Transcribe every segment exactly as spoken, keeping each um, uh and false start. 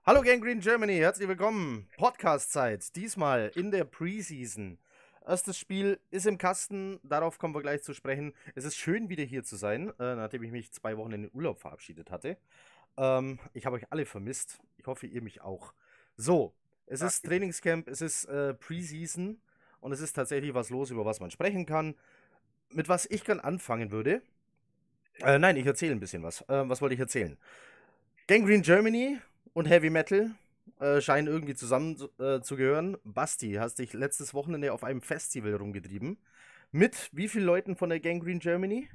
Hallo Gangrene Germany, herzlich willkommen. Podcast-Zeit, diesmal in der Preseason. Erstes Spiel ist im Kasten, darauf kommen wir gleich zu sprechen. Es ist schön, wieder hier zu sein, äh, nachdem ich mich zwei Wochen in den Urlaub verabschiedet hatte. Ähm, ich habe euch alle vermisst. Ich hoffe, ihr mich auch. So, es ist Trainingscamp, es ist äh, Preseason und es ist tatsächlich was los, über was man sprechen kann. Mit was ich gern anfangen würde. Äh, nein, ich erzähle ein bisschen was. Äh, was wollte ich erzählen? Gangrene Germany und Heavy Metal äh, scheinen irgendwie zusammen äh, zu gehören. Basti, hast dich letztes Wochenende auf einem Festival rumgetrieben. Mit wie vielen Leuten von der Gangrene Germany?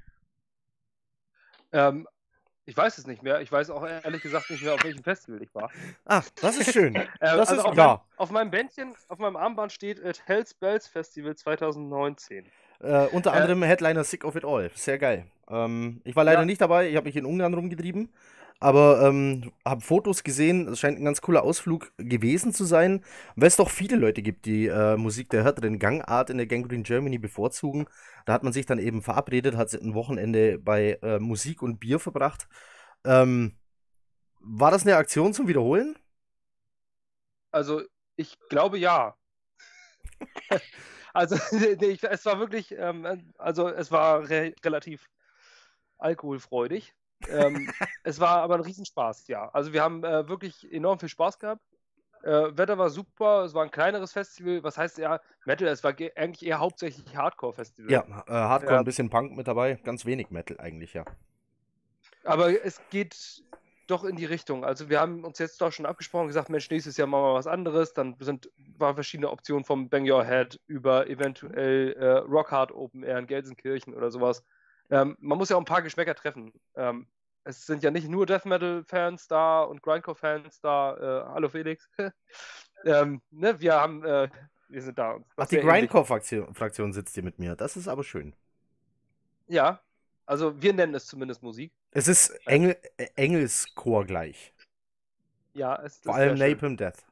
Ähm, ich weiß es nicht mehr. Ich weiß auch ehrlich gesagt nicht mehr, auf welchem Festival ich war. Ah, das ist schön. äh, Das also ist, auf, ja. meinem, auf meinem Bändchen, auf meinem Armband steht äh, Hells Bells Festival zwanzig neunzehn. Äh, unter Äh, anderem Headliner Sick of It All. Sehr geil. Ähm, ich war leider ja. nicht dabei, ich habe mich in Ungarn rumgetrieben. Aber ähm, habe Fotos gesehen, es scheint ein ganz cooler Ausflug gewesen zu sein. Weil es doch viele Leute gibt, die äh, Musik der härteren Gangart in der Gangrene Germany bevorzugen. Da hat man sich dann eben verabredet, hat ein Wochenende bei äh, Musik und Bier verbracht. Ähm, war das eine Aktion zum Wiederholen? Also, ich glaube ja. also, nee, ich, es war wirklich, ähm, also es war re relativ alkoholfreudig. ähm, es war aber ein Riesenspaß, ja. Also wir haben äh, wirklich enorm viel Spaß gehabt. Äh, Wetter war super, es war ein kleineres Festival. Was heißt ja Metal? Es war eigentlich eher hauptsächlich Hardcore-Festival. Ja, äh, Hardcore, Ja. ein bisschen Punk mit dabei, ganz wenig Metal eigentlich, ja. Aber es geht doch in die Richtung. Also wir haben uns jetzt doch schon abgesprochen, gesagt, Mensch, nächstes Jahr machen wir was anderes. Dann sind waren verschiedene Optionen vom Bang Your Head über eventuell äh, Rockhard Open Air in Gelsenkirchen oder sowas. Ähm, man muss ja auch ein paar Geschmäcker treffen. Ähm, es sind ja nicht nur Death Metal-Fans da und Grindcore-Fans da. Äh, hallo Felix. ähm, ne, wir haben, äh, wir sind da. Ach, die Grindcore-Fraktion Fraktion sitzt hier mit mir. Das ist aber schön. Ja, also wir nennen es zumindest Musik. Es ist Engel, äh, Engelschor gleich. Ja, es ist vor allem sehr schön. Napalm Death.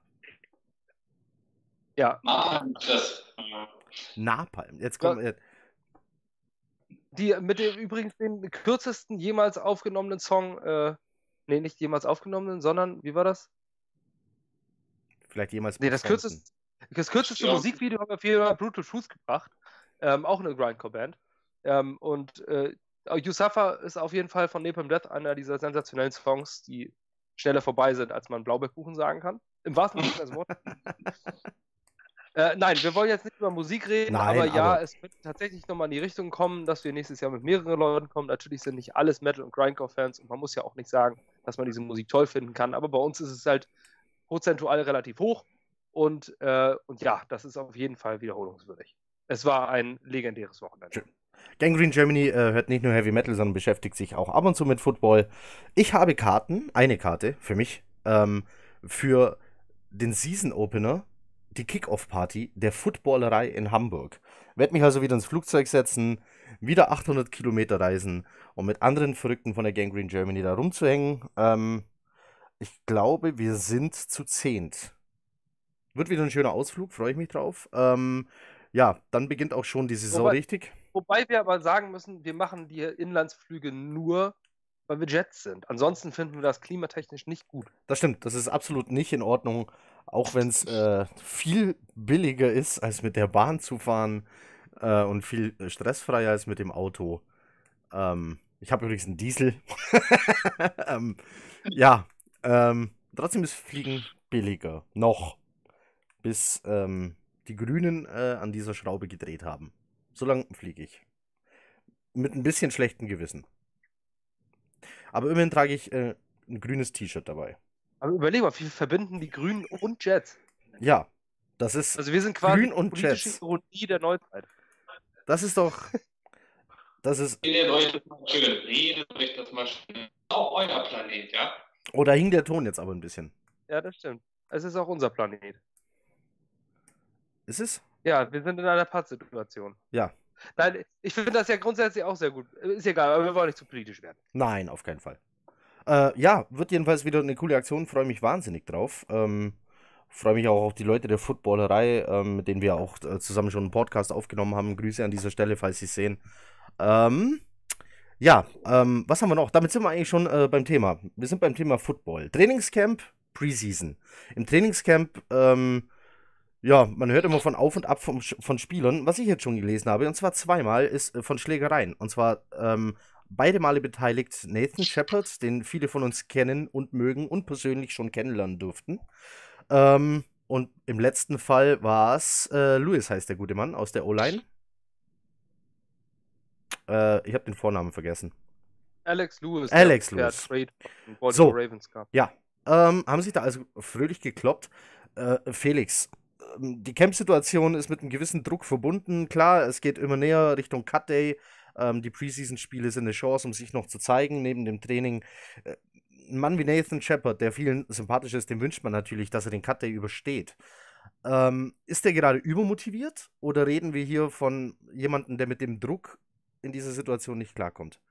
Ja. Ah, das. Napalm. Jetzt kommt Ja. Die mit dem übrigens den kürzesten jemals aufgenommenen Song, äh, nee, nicht jemals aufgenommenen, sondern, wie war das? Vielleicht jemals. Nee, das kürzeste, das kürzeste Ja. Musikvideo haben wir auf jeden Fall Brutal Truth gebracht. Ähm, auch eine Grindcore-Band. Ähm, und äh, You Suffer ist auf jeden Fall von Napalm Death einer dieser sensationellen Songs, die schneller vorbei sind, als man Blaubeerkuchen sagen kann. Im wahrsten Sinne des Wortes. Äh, nein, wir wollen jetzt nicht über Musik reden, Nein, aber ja, aber- es wird tatsächlich nochmal in die Richtung kommen, dass wir nächstes Jahr mit mehreren Leuten kommen. Natürlich sind nicht alles Metal- und Grindcore-Fans und man muss ja auch nicht sagen, dass man diese Musik toll finden kann, aber bei uns ist es halt prozentual relativ hoch und, äh, und ja, das ist auf jeden Fall wiederholungswürdig. Es war ein legendäres Wochenende. Schön. Gangrene Germany äh, hört nicht nur Heavy Metal, sondern beschäftigt sich auch ab und zu mit Football. Ich habe Karten, eine Karte für mich, ähm, für den Season Opener, die Kick-Off-Party der Footballerei in Hamburg. Werde mich also wieder ins Flugzeug setzen, wieder achthundert Kilometer reisen, um mit anderen Verrückten von der Gangrene Germany da rumzuhängen. Ähm, ich glaube, wir sind zu zehnt. Wird wieder ein schöner Ausflug, freue ich mich drauf. Ähm, ja, dann beginnt auch schon die Saison Wobei- richtig. Wobei wir aber sagen müssen, wir machen die Inlandsflüge nur, weil wir Jets sind. Ansonsten finden wir das klimatechnisch nicht gut. Das stimmt, das ist absolut nicht in Ordnung, auch wenn es äh, viel billiger ist, als mit der Bahn zu fahren äh, und viel stressfreier als mit dem Auto. Ähm, ich habe übrigens einen Diesel. ähm, ja, ähm, trotzdem ist Fliegen billiger. Noch. Bis ähm, die Grünen äh, an dieser Schraube gedreht haben. So lange fliege ich. Mit ein bisschen schlechtem Gewissen. Aber immerhin trage ich äh, ein grünes T-Shirt dabei. Aber überleg mal, wir verbinden die Grünen und Jets. Ja, das ist Also wir sind quasi Grün und politische Jets. Ironie der Neuzeit. Das ist doch. Das ist. Redet euch das mal schön. Redet euch das mal schön. Auch euer Planet, ja? Oh, da hing der Ton jetzt aber ein bisschen. Ja, das stimmt. Es ist auch unser Planet. Ist es? Ja, wir sind in einer Pattsituation. Ja. Nein, ich finde das ja grundsätzlich auch sehr gut. Ist egal, aber wir wollen nicht zu politisch werden. Nein, auf keinen Fall. Äh, ja, wird jedenfalls wieder eine coole Aktion. Freue mich wahnsinnig drauf. Ähm, Freue mich auch auf die Leute der Footballerei, ähm, mit denen wir auch äh, zusammen schon einen Podcast aufgenommen haben. Grüße an dieser Stelle, falls Sie es sehen. Ähm, ja, ähm, was haben wir noch? Damit sind wir eigentlich schon äh, beim Thema. Wir sind beim Thema Football. Trainingscamp Preseason. Im Trainingscamp, ähm, ja, man hört immer von Auf und Ab vom, von Spielern, was ich jetzt schon gelesen habe, und zwar zweimal, ist äh, von Schlägereien. Und zwar ähm, beide Male beteiligt Nathan Shepard, den viele von uns kennen und mögen und persönlich schon kennenlernen durften. Ähm, und im letzten Fall war es, äh, Lewis heißt der gute Mann aus der O-Line. Äh, ich habe den Vornamen vergessen. Alex Lewis. Alex der, Lewis. Der Trade von Baltimore So. Ravens gab. Ja, ähm, haben sich da also fröhlich gekloppt. Äh, Felix, ähm, die Camp-Situation ist mit einem gewissen Druck verbunden. Klar, es geht immer näher Richtung Cut Day. Ähm, die Preseason-Spiele sind eine Chance, um sich noch zu zeigen, neben dem Training. Äh, ein Mann wie Nathan Shepard, der vielen sympathisch ist, dem wünscht man natürlich, dass er den Cut Day übersteht. Ähm, ist der gerade übermotiviert oder reden wir hier von jemandem, der mit dem Druck in dieser Situation nicht klarkommt?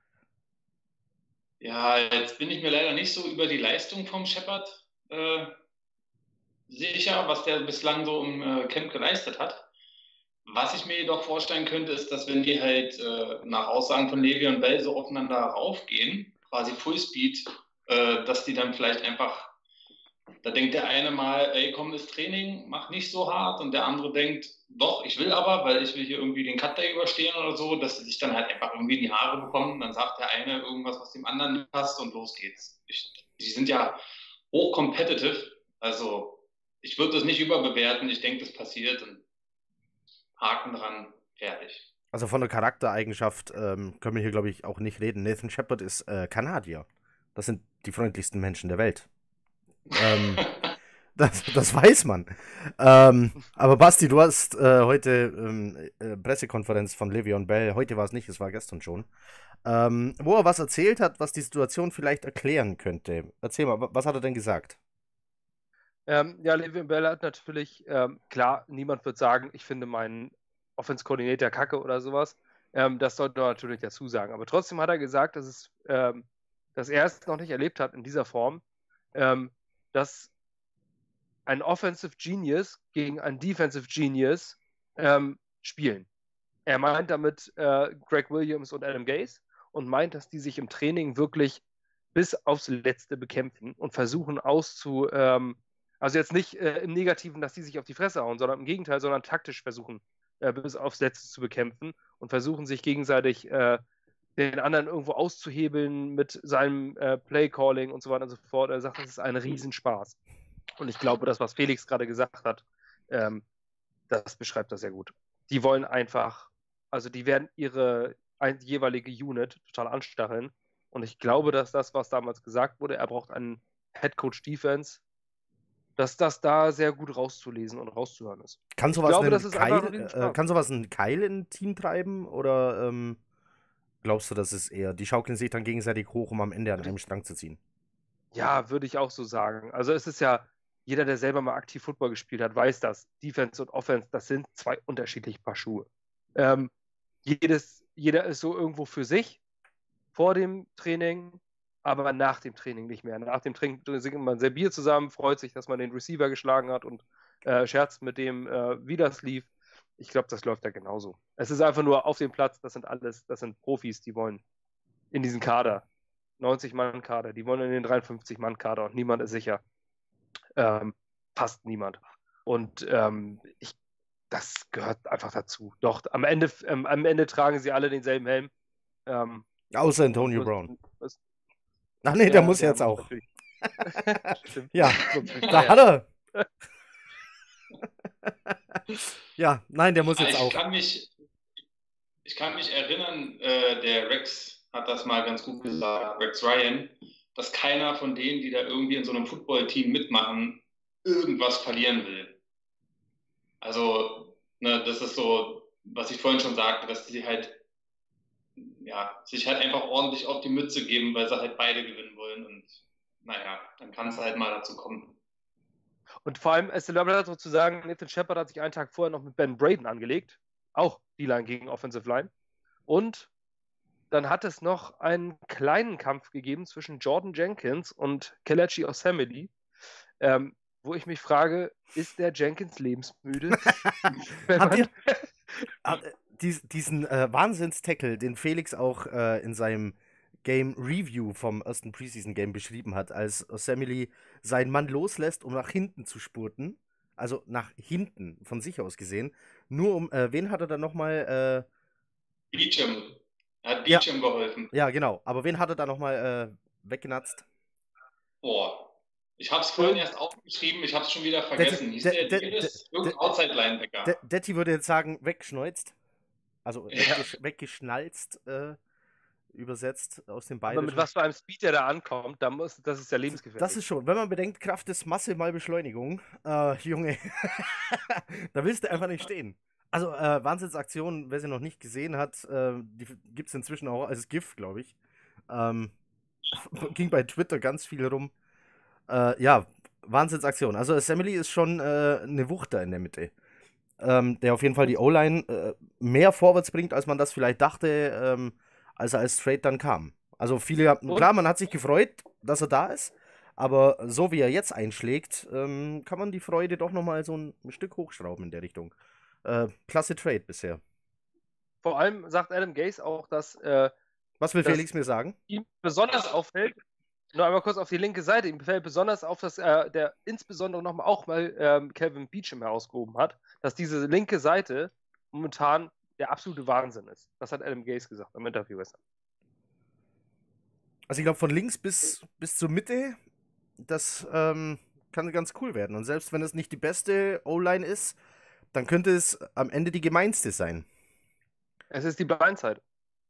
Ja, jetzt bin ich mir leider nicht so über die Leistung vom Shepard äh, sicher, was der bislang so im äh, Camp geleistet hat. Was ich mir jedoch vorstellen könnte, ist, dass wenn die halt äh, nach Aussagen von Le'Veon Bell so aufeinander raufgehen, quasi Fullspeed, äh, dass die dann vielleicht einfach, da denkt der eine mal, ey, komm, das Training, mach nicht so hart, und der andere denkt, doch, ich will aber, weil ich will hier irgendwie den Cut Day überstehen oder so, dass sie sich dann halt einfach irgendwie in die Haare bekommen. Dann sagt der eine irgendwas, was dem anderen nicht passt, und los geht's. Ich, die sind ja hoch competitive, also ich würde das nicht überbewerten. Ich denke, das passiert, und Haken dran, fertig. Also von der Charaktereigenschaft ähm, können wir hier, glaube ich, auch nicht reden. Nathan Shepard ist äh, Kanadier. Das sind die freundlichsten Menschen der Welt. ähm, das, das weiß man. Ähm, aber Basti, du hast äh, heute ähm, äh, Pressekonferenz von Le'Veon Bell, heute war es nicht, es war gestern schon, ähm, wo er was erzählt hat, was die Situation vielleicht erklären könnte. Erzähl mal, was hat er denn gesagt? Ähm, ja, Le'Veon Bell hat natürlich, ähm, klar, niemand wird sagen, ich finde meinen Offense-Koordinator kacke oder sowas. Ähm, das sollte man natürlich dazu sagen. Aber trotzdem hat er gesagt, dass, es, ähm, dass er es noch nicht erlebt hat in dieser Form, ähm, dass ein Offensive Genius gegen ein Defensive Genius ähm, spielen. Er meint damit äh, Greg Williams und Adam Gase und meint, dass die sich im Training wirklich bis aufs Letzte bekämpfen und versuchen auszu... Ähm, also jetzt nicht äh, im Negativen, dass die sich auf die Fresse hauen, sondern im Gegenteil, sondern taktisch versuchen, äh, bis aufs Letzte zu bekämpfen und versuchen sich gegenseitig äh, den anderen irgendwo auszuhebeln mit seinem äh, Play-Calling und so weiter und so fort. Er sagt, das ist ein Riesenspaß. Und ich glaube, das, was Felix gerade gesagt hat, ähm, das beschreibt das sehr gut. Die wollen einfach, also die werden ihre ein, jeweilige Unit total anstacheln. Und ich glaube, dass das, was damals gesagt wurde, er braucht einen Headcoach Defense, dass das da sehr gut rauszulesen und rauszuhören ist. Kann Ich sowas, glaube, einen das ist einfach ein Keil, äh, Riesenspaß. kann sowas einen Keil in ein Team treiben? Oder ähm, glaubst du, dass es eher, die schaukeln sich dann gegenseitig hoch, um am Ende an einem Strang zu ziehen? Ja, würde ich auch so sagen. Also es ist ja, jeder, der selber mal aktiv Football gespielt hat, weiß das. Defense und Offense, das sind zwei unterschiedliche Paar Schuhe. Ähm, jedes, jeder ist so irgendwo für sich vor dem Training, aber nach dem Training nicht mehr. Nach dem Training singt man sehr Bier zusammen, freut sich, dass man den Receiver geschlagen hat und äh, scherzt mit dem, äh, wie das lief. Ich glaube, das läuft da genauso. Es ist einfach nur auf dem Platz, das sind alles, das sind Profis, die wollen in diesen Kader, neunzig-Mann-Kader, die wollen in den dreiundfünfzig-Mann-Kader und niemand ist sicher. Ähm, fast niemand. Und ähm, ich, das gehört einfach dazu. Doch, am Ende, ähm, am Ende tragen sie alle denselben Helm. Ähm, Außer Antonio und, Brown. Was, Ach nee, der, der muss der jetzt auch. Stimmt. Ja, da hat er. Ja, nein, der muss jetzt ich auch. Kann mich, ich kann mich erinnern, äh, der Rex hat das mal ganz gut gesagt, Rex Ryan, dass keiner von denen, die da irgendwie in so einem Football-Team mitmachen, irgendwas verlieren will. Also, ne, das ist so, was ich vorhin schon sagte, dass sie halt, ja, sich halt einfach ordentlich auf die Mütze geben, weil sie halt beide gewinnen wollen, und naja, dann kann es halt mal dazu kommen. Und vor allem, es ist dazu zu sagen, Nathan Shepard hat sich einen Tag vorher noch mit Ben Braden angelegt, auch D-Line gegen Offensive Line. Und dann hat es noch einen kleinen Kampf gegeben zwischen Jordan Jenkins und Kelechi Osemele, ähm, wo ich mich frage, ist der Jenkins lebensmüde? Habt ihr, hat, dies, diesen äh, Wahnsinns-Tackle, den Felix auch äh, in seinem Game Review vom ersten Preseason-Game beschrieben hat, als Osemele seinen Mann loslässt, um nach hinten zu spurten. Also nach hinten, von sich aus gesehen. Nur um, äh, wen hat er dann nochmal? Äh... Beecham. Er hat Ja. Beecham geholfen. Ja, genau. Aber wen hat er da nochmal äh, weggenatzt? Boah. Ich hab's vorhin erst aufgeschrieben, ich hab's schon wieder vergessen. Hieß der Davis? Irgendein Outside-Linebacker. Detti würde jetzt sagen, weggeschneuzt. Also Ja. weggesch weggeschnalzt, äh, übersetzt aus dem Bayerischen. Aber mit was für einem Speed der da ankommt, da muss, das ist ja lebensgefährlich. Das ist schon, wenn man bedenkt, Kraft ist Masse mal Beschleunigung, äh, Junge, da willst du einfach nicht stehen. Also, äh, Wahnsinnsaktion, wer sie noch nicht gesehen hat, äh, die gibt es inzwischen auch als GIF, glaube ich. Ähm, ging bei Twitter ganz viel rum. Äh, ja, Wahnsinnsaktion. Also, Osemele ist schon äh, eine Wucht da in der Mitte. Ähm, der auf jeden Fall die O-Line äh, mehr vorwärts bringt, als man das vielleicht dachte, ähm, als er als Trade dann kam. Also viele, Und? klar, man hat sich gefreut, dass er da ist, aber so wie er jetzt einschlägt, ähm, kann man die Freude doch nochmal so ein, ein Stück hochschrauben in der Richtung. Äh, klasse Trade bisher. Vor allem sagt Adam Gase auch, dass äh, Was will dass Felix mir sagen? ihm besonders auffällt, nur einmal kurz auf die linke Seite, ihm fällt besonders auf, dass er der insbesondere nochmal auch mal ähm, Kelvin Beecham herausgehoben hat, dass diese linke Seite momentan der absolute Wahnsinn ist. Das hat Adam Gase gesagt im Interview gestern. Also ich glaube, von links bis, bis zur Mitte, das ähm, kann ganz cool werden. Und selbst wenn es nicht die beste O-Line ist, dann könnte es am Ende die gemeinste sein. Es ist die Blindside.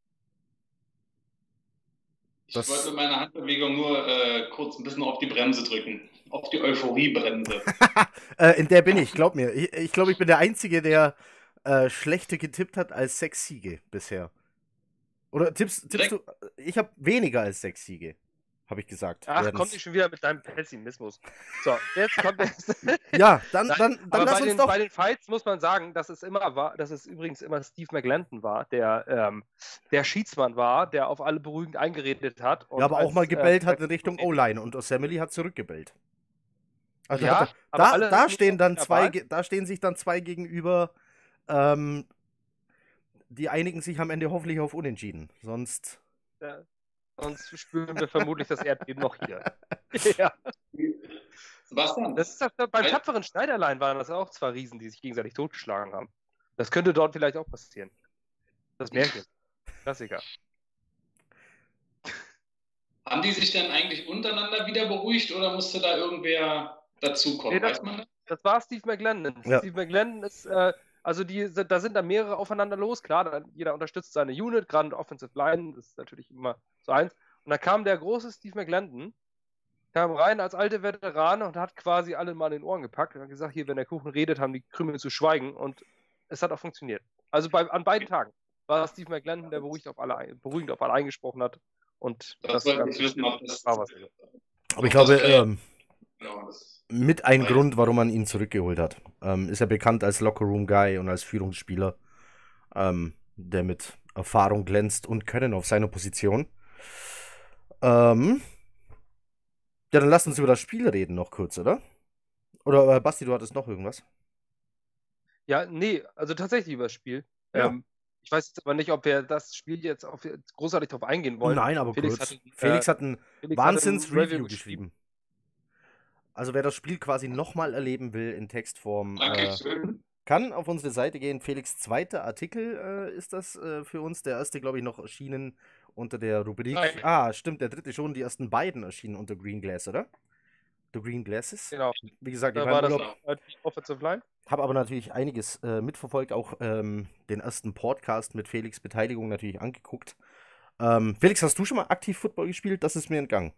Ich wollte mit meiner Handbewegung nur äh, kurz ein bisschen auf die Bremse drücken. Auf die Euphorie-Bremse. äh, in der bin ich, glaub mir. Ich, ich glaube, ich bin der Einzige, der äh, schlechter getippt hat als sechs Siege bisher. Oder tippst, tippst du? Ich habe weniger als sechs Siege, habe ich gesagt. Ach, Werden's. kommt nicht schon wieder mit deinem Pessimismus. So, jetzt kommt es. Ja, dann, Nein, dann, dann aber lass bei uns den, doch. bei den Fights muss man sagen, dass es immer war, dass es übrigens immer Steve McLendon war, der ähm, der Schiedsmann war, der auf alle beruhigend eingeredet hat. Und Ja, aber auch als, mal gebellt äh, hat in Richtung O-Line und Osemele hat zurückgebellt. Also Ja, da, aber da, alle da nicht stehen dann dabei. zwei, ge- da stehen sich dann zwei gegenüber, ähm, die einigen sich am Ende hoffentlich auf Unentschieden. Sonst. Ja, sonst spüren wir vermutlich das Erdbeben noch hier. Ja. Sebastian, Das ist das, beim tapferen Schneiderlein waren das auch zwei Riesen, die sich gegenseitig totgeschlagen haben. Das könnte dort vielleicht auch passieren. Das Märchen. Klassiker. haben die sich denn eigentlich untereinander wieder beruhigt oder musste da irgendwer dazukommen? Nee, das- Weiß man das? Das war Steve McLendon. Ja. Steve McLendon ist, äh, also die, sind- da sind dann mehrere aufeinander los. Klar, dann, jeder unterstützt seine Unit, gerade Offensive Line, das ist natürlich immer so eins. Und da kam der große Steve McLendon, kam rein als alte Veteran und hat quasi alle mal in den Ohren gepackt und hat gesagt, hier, wenn der Kuchen redet, haben die Krümel zu schweigen. Und es hat auch funktioniert. Also bei, an beiden Tagen war Steve McLendon, der beruhigt auf alle, ein- beruhigend auf alle eingesprochen hat. Und Das wollte ich wissen, ob das. war was. Aber ich glaube, Das, äh, ähm, Genau, das mit ein Weil- Grund, warum man ihn zurückgeholt hat. Ähm, ist er bekannt als Lockerroom-Guy und als Führungsspieler, ähm, der mit Erfahrung glänzt und Können auf seiner Position. Ähm, ja, dann lasst uns über das Spiel reden noch kurz, oder? Oder äh, Basti, du hattest noch irgendwas? Ja, nee, also tatsächlich über das Spiel. Ja. Ähm, ich weiß jetzt aber nicht, ob wir das Spiel jetzt auf, großartig drauf eingehen wollen. Nein, aber Felix kurz. hat ein, Felix äh, hat ein Felix hat ein Wahnsinns-Review geschrieben. Also wer das Spiel quasi nochmal erleben will in Textform, äh, Dankeschön. kann auf unsere Seite gehen. Felix' zweiter Artikel äh, ist das äh, für uns. Der erste, glaube ich, noch erschienen unter der Rubrik. Nein. Ah, stimmt, der dritte schon. Die ersten beiden erschienen unter Green Glass, oder? The Green Glasses. Genau, Wie gesagt, ich da war war im das Urlaub, äh, die Offensive Line. habe aber natürlich einiges äh, mitverfolgt, auch ähm, den ersten Podcast mit Felix' Beteiligung natürlich angeguckt. Ähm, Felix, hast du schon mal aktiv Football gespielt? Das ist mir entgangen.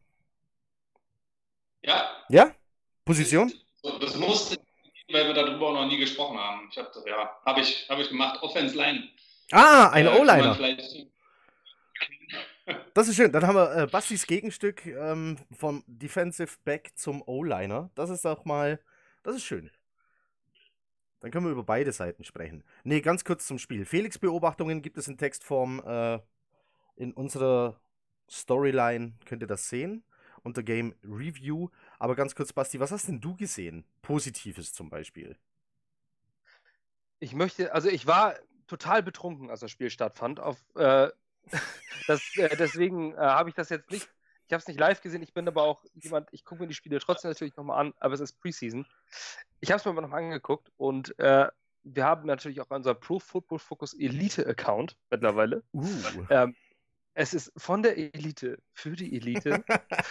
Ja. Ja? Position? So, das musste, weil wir darüber auch noch nie gesprochen haben. Ich habe ja, habe ich, hab ich gemacht. Offense Line. Ah, ein Äh, kann man O-Liner. vielleicht- Das ist schön. Dann haben wir äh, Bastis Gegenstück ähm, vom Defensive Back zum O-Liner. Das ist auch mal, das ist schön. Dann können wir über beide Seiten sprechen. Nee, ganz kurz zum Spiel. Felix Beobachtungen gibt es in Textform äh, in unserer Storyline. Könnt ihr das sehen? Unter Game Review. Aber ganz kurz, Basti, was hast denn du gesehen? Positives zum Beispiel. Ich möchte, also ich war total betrunken, als das Spiel stattfand. Auf, äh, das, äh, deswegen äh, habe ich das jetzt nicht, ich habe es nicht live gesehen, ich bin aber auch jemand, ich gucke mir die Spiele trotzdem natürlich nochmal an, aber es ist Preseason. Ich habe es mir aber nochmal angeguckt und äh, wir haben natürlich auch unseren Pro Football Focus Elite Account mittlerweile. Uh. Ähm, es ist von der Elite für die Elite.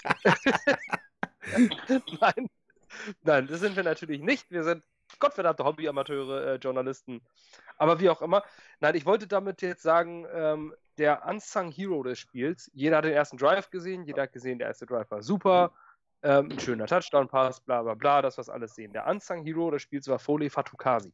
Nein, nein, das sind wir natürlich nicht. Wir sind gottverdammte Hobby-Amateure, äh, Journalisten. Aber wie auch immer. Nein, ich wollte damit jetzt sagen, ähm, der Unsung Hero des Spiels, jeder hat den ersten Drive gesehen, jeder hat gesehen, der erste Drive war super, ähm, ein schöner Touchdown-Pass, bla bla bla, das was alles sehen. Der Unsung Hero des Spiels war Foley Fatukasi.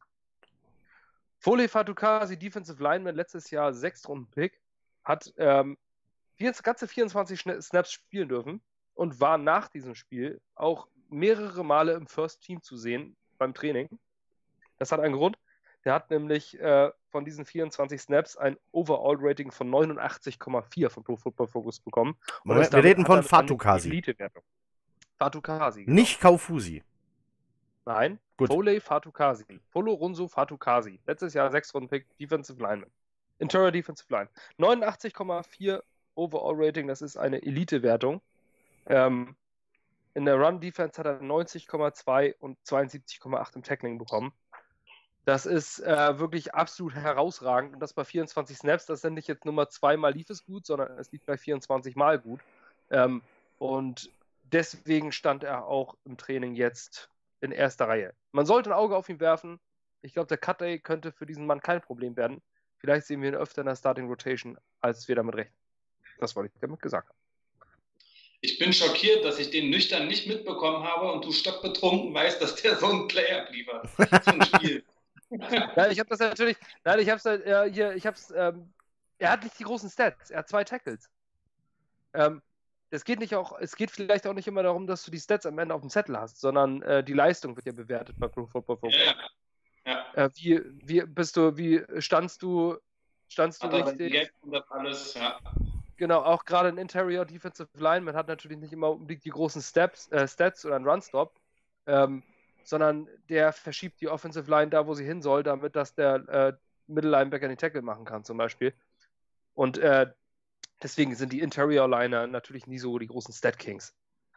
Foley Fatukasi, Defensive Lineman, letztes Jahr Sechstrunden-Pick, hat ähm, ganze vierundzwanzig Snaps spielen dürfen und war nach diesem Spiel auch mehrere Male im First Team zu sehen beim Training. Das hat einen Grund. Der hat nämlich äh, von diesen vierundzwanzig Snaps ein Overall-Rating von neunundachtzig Komma vier von Pro Football Focus bekommen. Und wir reden von Fatukasi. Elite-Wertung. Fatukasi. Genau. Nicht Kaufusi. Nein, Gut. Foley Fatukasi. Folo Runso Fatukasi. Letztes Jahr sechs Runden Pick, Defensive Lineman. Interior Defensive Line. neunundachtzig Komma vier Overall-Rating, das ist eine Elite-Wertung. Ähm, in der Run-Defense hat er neunzig Komma zwei und zweiundsiebzig Komma acht im Tackling bekommen. Das ist äh, wirklich absolut herausragend. Und das bei vierundzwanzig Snaps, das sind nicht jetzt nur mal zweimal lief es gut, sondern es lief bei vierundzwanzig Mal gut. Ähm, und deswegen stand er auch im Training jetzt in erster Reihe. Man sollte ein Auge auf ihn werfen. Ich glaube, der Cut Day könnte für diesen Mann kein Problem werden. Vielleicht sehen wir ihn öfter in der Starting Rotation, als wir damit rechnen. Das wollte ich damit gesagt haben. Ich bin schockiert, dass ich den nüchtern nicht mitbekommen habe und du stockbetrunken weißt, dass der so einen Play abliefert. So ein Spiel. Nein, ich habe das natürlich. Nein, ich habe es äh, hier. Ich habe es. Ähm, er hat nicht die großen Stats. Er hat zwei Tackles. Ähm, es geht nicht auch. Es geht vielleicht auch nicht immer darum, dass du die Stats am Ende auf dem Zettel hast, sondern äh, die Leistung wird ja bewertet bei Pro Football Focus. Ja, ja. Äh, wie, wie bist du? Wie standst du? Standst du Hat richtig? Gag und das alles, ja. Genau, auch gerade ein Interior Defensive Lineman hat natürlich nicht immer unbedingt die großen Steps, äh, Stats oder einen Run-Stop, ähm, sondern der verschiebt die Offensive Line da, wo sie hin soll, damit dass der äh, Middle Linebacker den Tackle machen kann zum Beispiel. Und äh, deswegen sind die Interior Liner natürlich nie so die großen Stat Kings.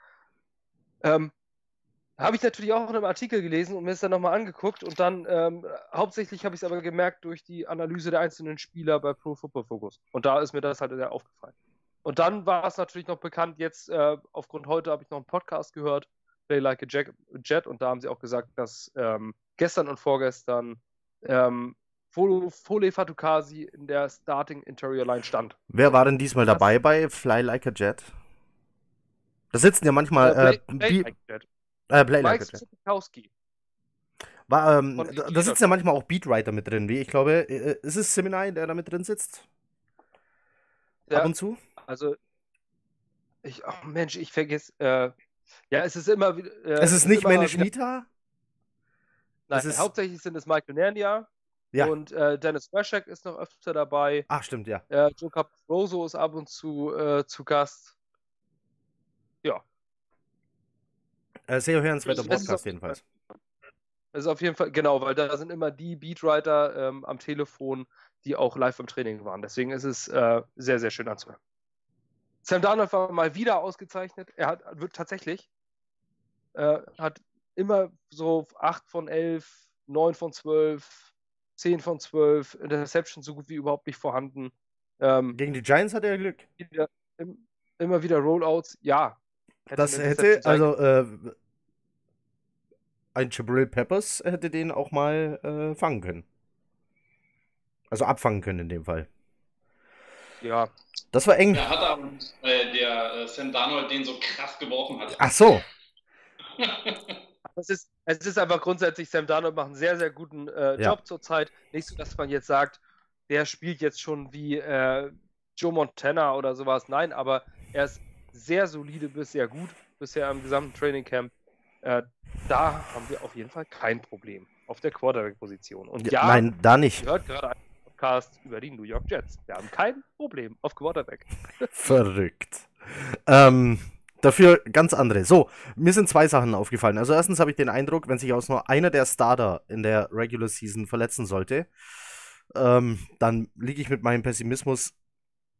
Ähm, habe ich natürlich auch in einem Artikel gelesen und mir es dann nochmal angeguckt und dann ähm, hauptsächlich habe ich es aber gemerkt durch die Analyse der einzelnen Spieler bei Pro Football Focus. Und da ist mir das halt sehr aufgefallen. Und dann war es natürlich noch bekannt, jetzt äh, aufgrund heute habe ich noch einen Podcast gehört, Play Like a Jet, Jet und da haben sie auch gesagt, dass ähm, gestern und vorgestern ähm, Foley Fatukasi in der Starting Interior Line stand. Wer war denn diesmal Das- dabei bei Fly Like a Jet? Da sitzen ja manchmal Äh, äh, Play, Play Bi- Like a Jet. äh, Play Like Mike a Jet. Zitkowski. War, ähm, Von da, Elite da sitzen ja manchmal auch Beatwriter mit drin, wie ich glaube. Äh, ist es Seminai, der da mit drin sitzt? Ja. Ab und zu? Also, ich, oh Mensch, ich vergesse, äh, ja, es ist immer wieder. Äh, es ist nicht immer meine wieder- Schmita? Nein, es ist- hauptsächlich sind es Michael Nernia Ja. und äh, Dennis Washak ist noch öfter dabei. Ach, stimmt, ja. Äh, Joe Caproso ist ab und zu äh, zu Gast. Ja, Äh, sehr hörenswerter Es ist Podcast auf- jedenfalls. es ist auf jeden Fall, genau, weil da sind immer die Beatwriter ähm, am Telefon, die auch live im Training waren. Deswegen ist es äh, sehr, sehr schön anzuhören. Sam Darnold war mal wieder ausgezeichnet. Er hat wird tatsächlich äh, hat immer so acht von elf, neun von zwölf, zehn von zwölf, Interception so gut wie überhaupt nicht vorhanden. Ähm, Gegen die Giants hat er Glück. wieder, im, immer wieder Rollouts, ja. Das eine hätte, Interception sein also, äh, ein Jabril Peppers hätte den auch mal äh, fangen können. Also abfangen können in dem Fall. können. Ja, Das war eng. Der hat aber äh, der äh, Sam Darnold den so krass geworfen hat. Ach so. es ist, es ist einfach grundsätzlich, Sam Darnold macht einen sehr, sehr guten äh, Ja. Job zurzeit. Nicht so, dass man jetzt sagt, der spielt jetzt schon wie äh, Joe Montana oder sowas. Nein, aber er ist sehr solide bis sehr gut bisher im gesamten Training Camp. Äh, da haben wir auf jeden Fall kein Problem auf der Quarterback-Position. Und ja, Nein, da nicht. ihr hört gerade einen Podcast über die New York Jets. Wir haben kein Problem auf Quarterback. Verrückt. Ähm, dafür ganz andere. So, mir sind zwei Sachen aufgefallen. Also erstens habe ich den Eindruck, wenn sich aus nur einer der Starter in der Regular Season verletzen sollte, ähm, dann liege ich mit meinem Pessimismus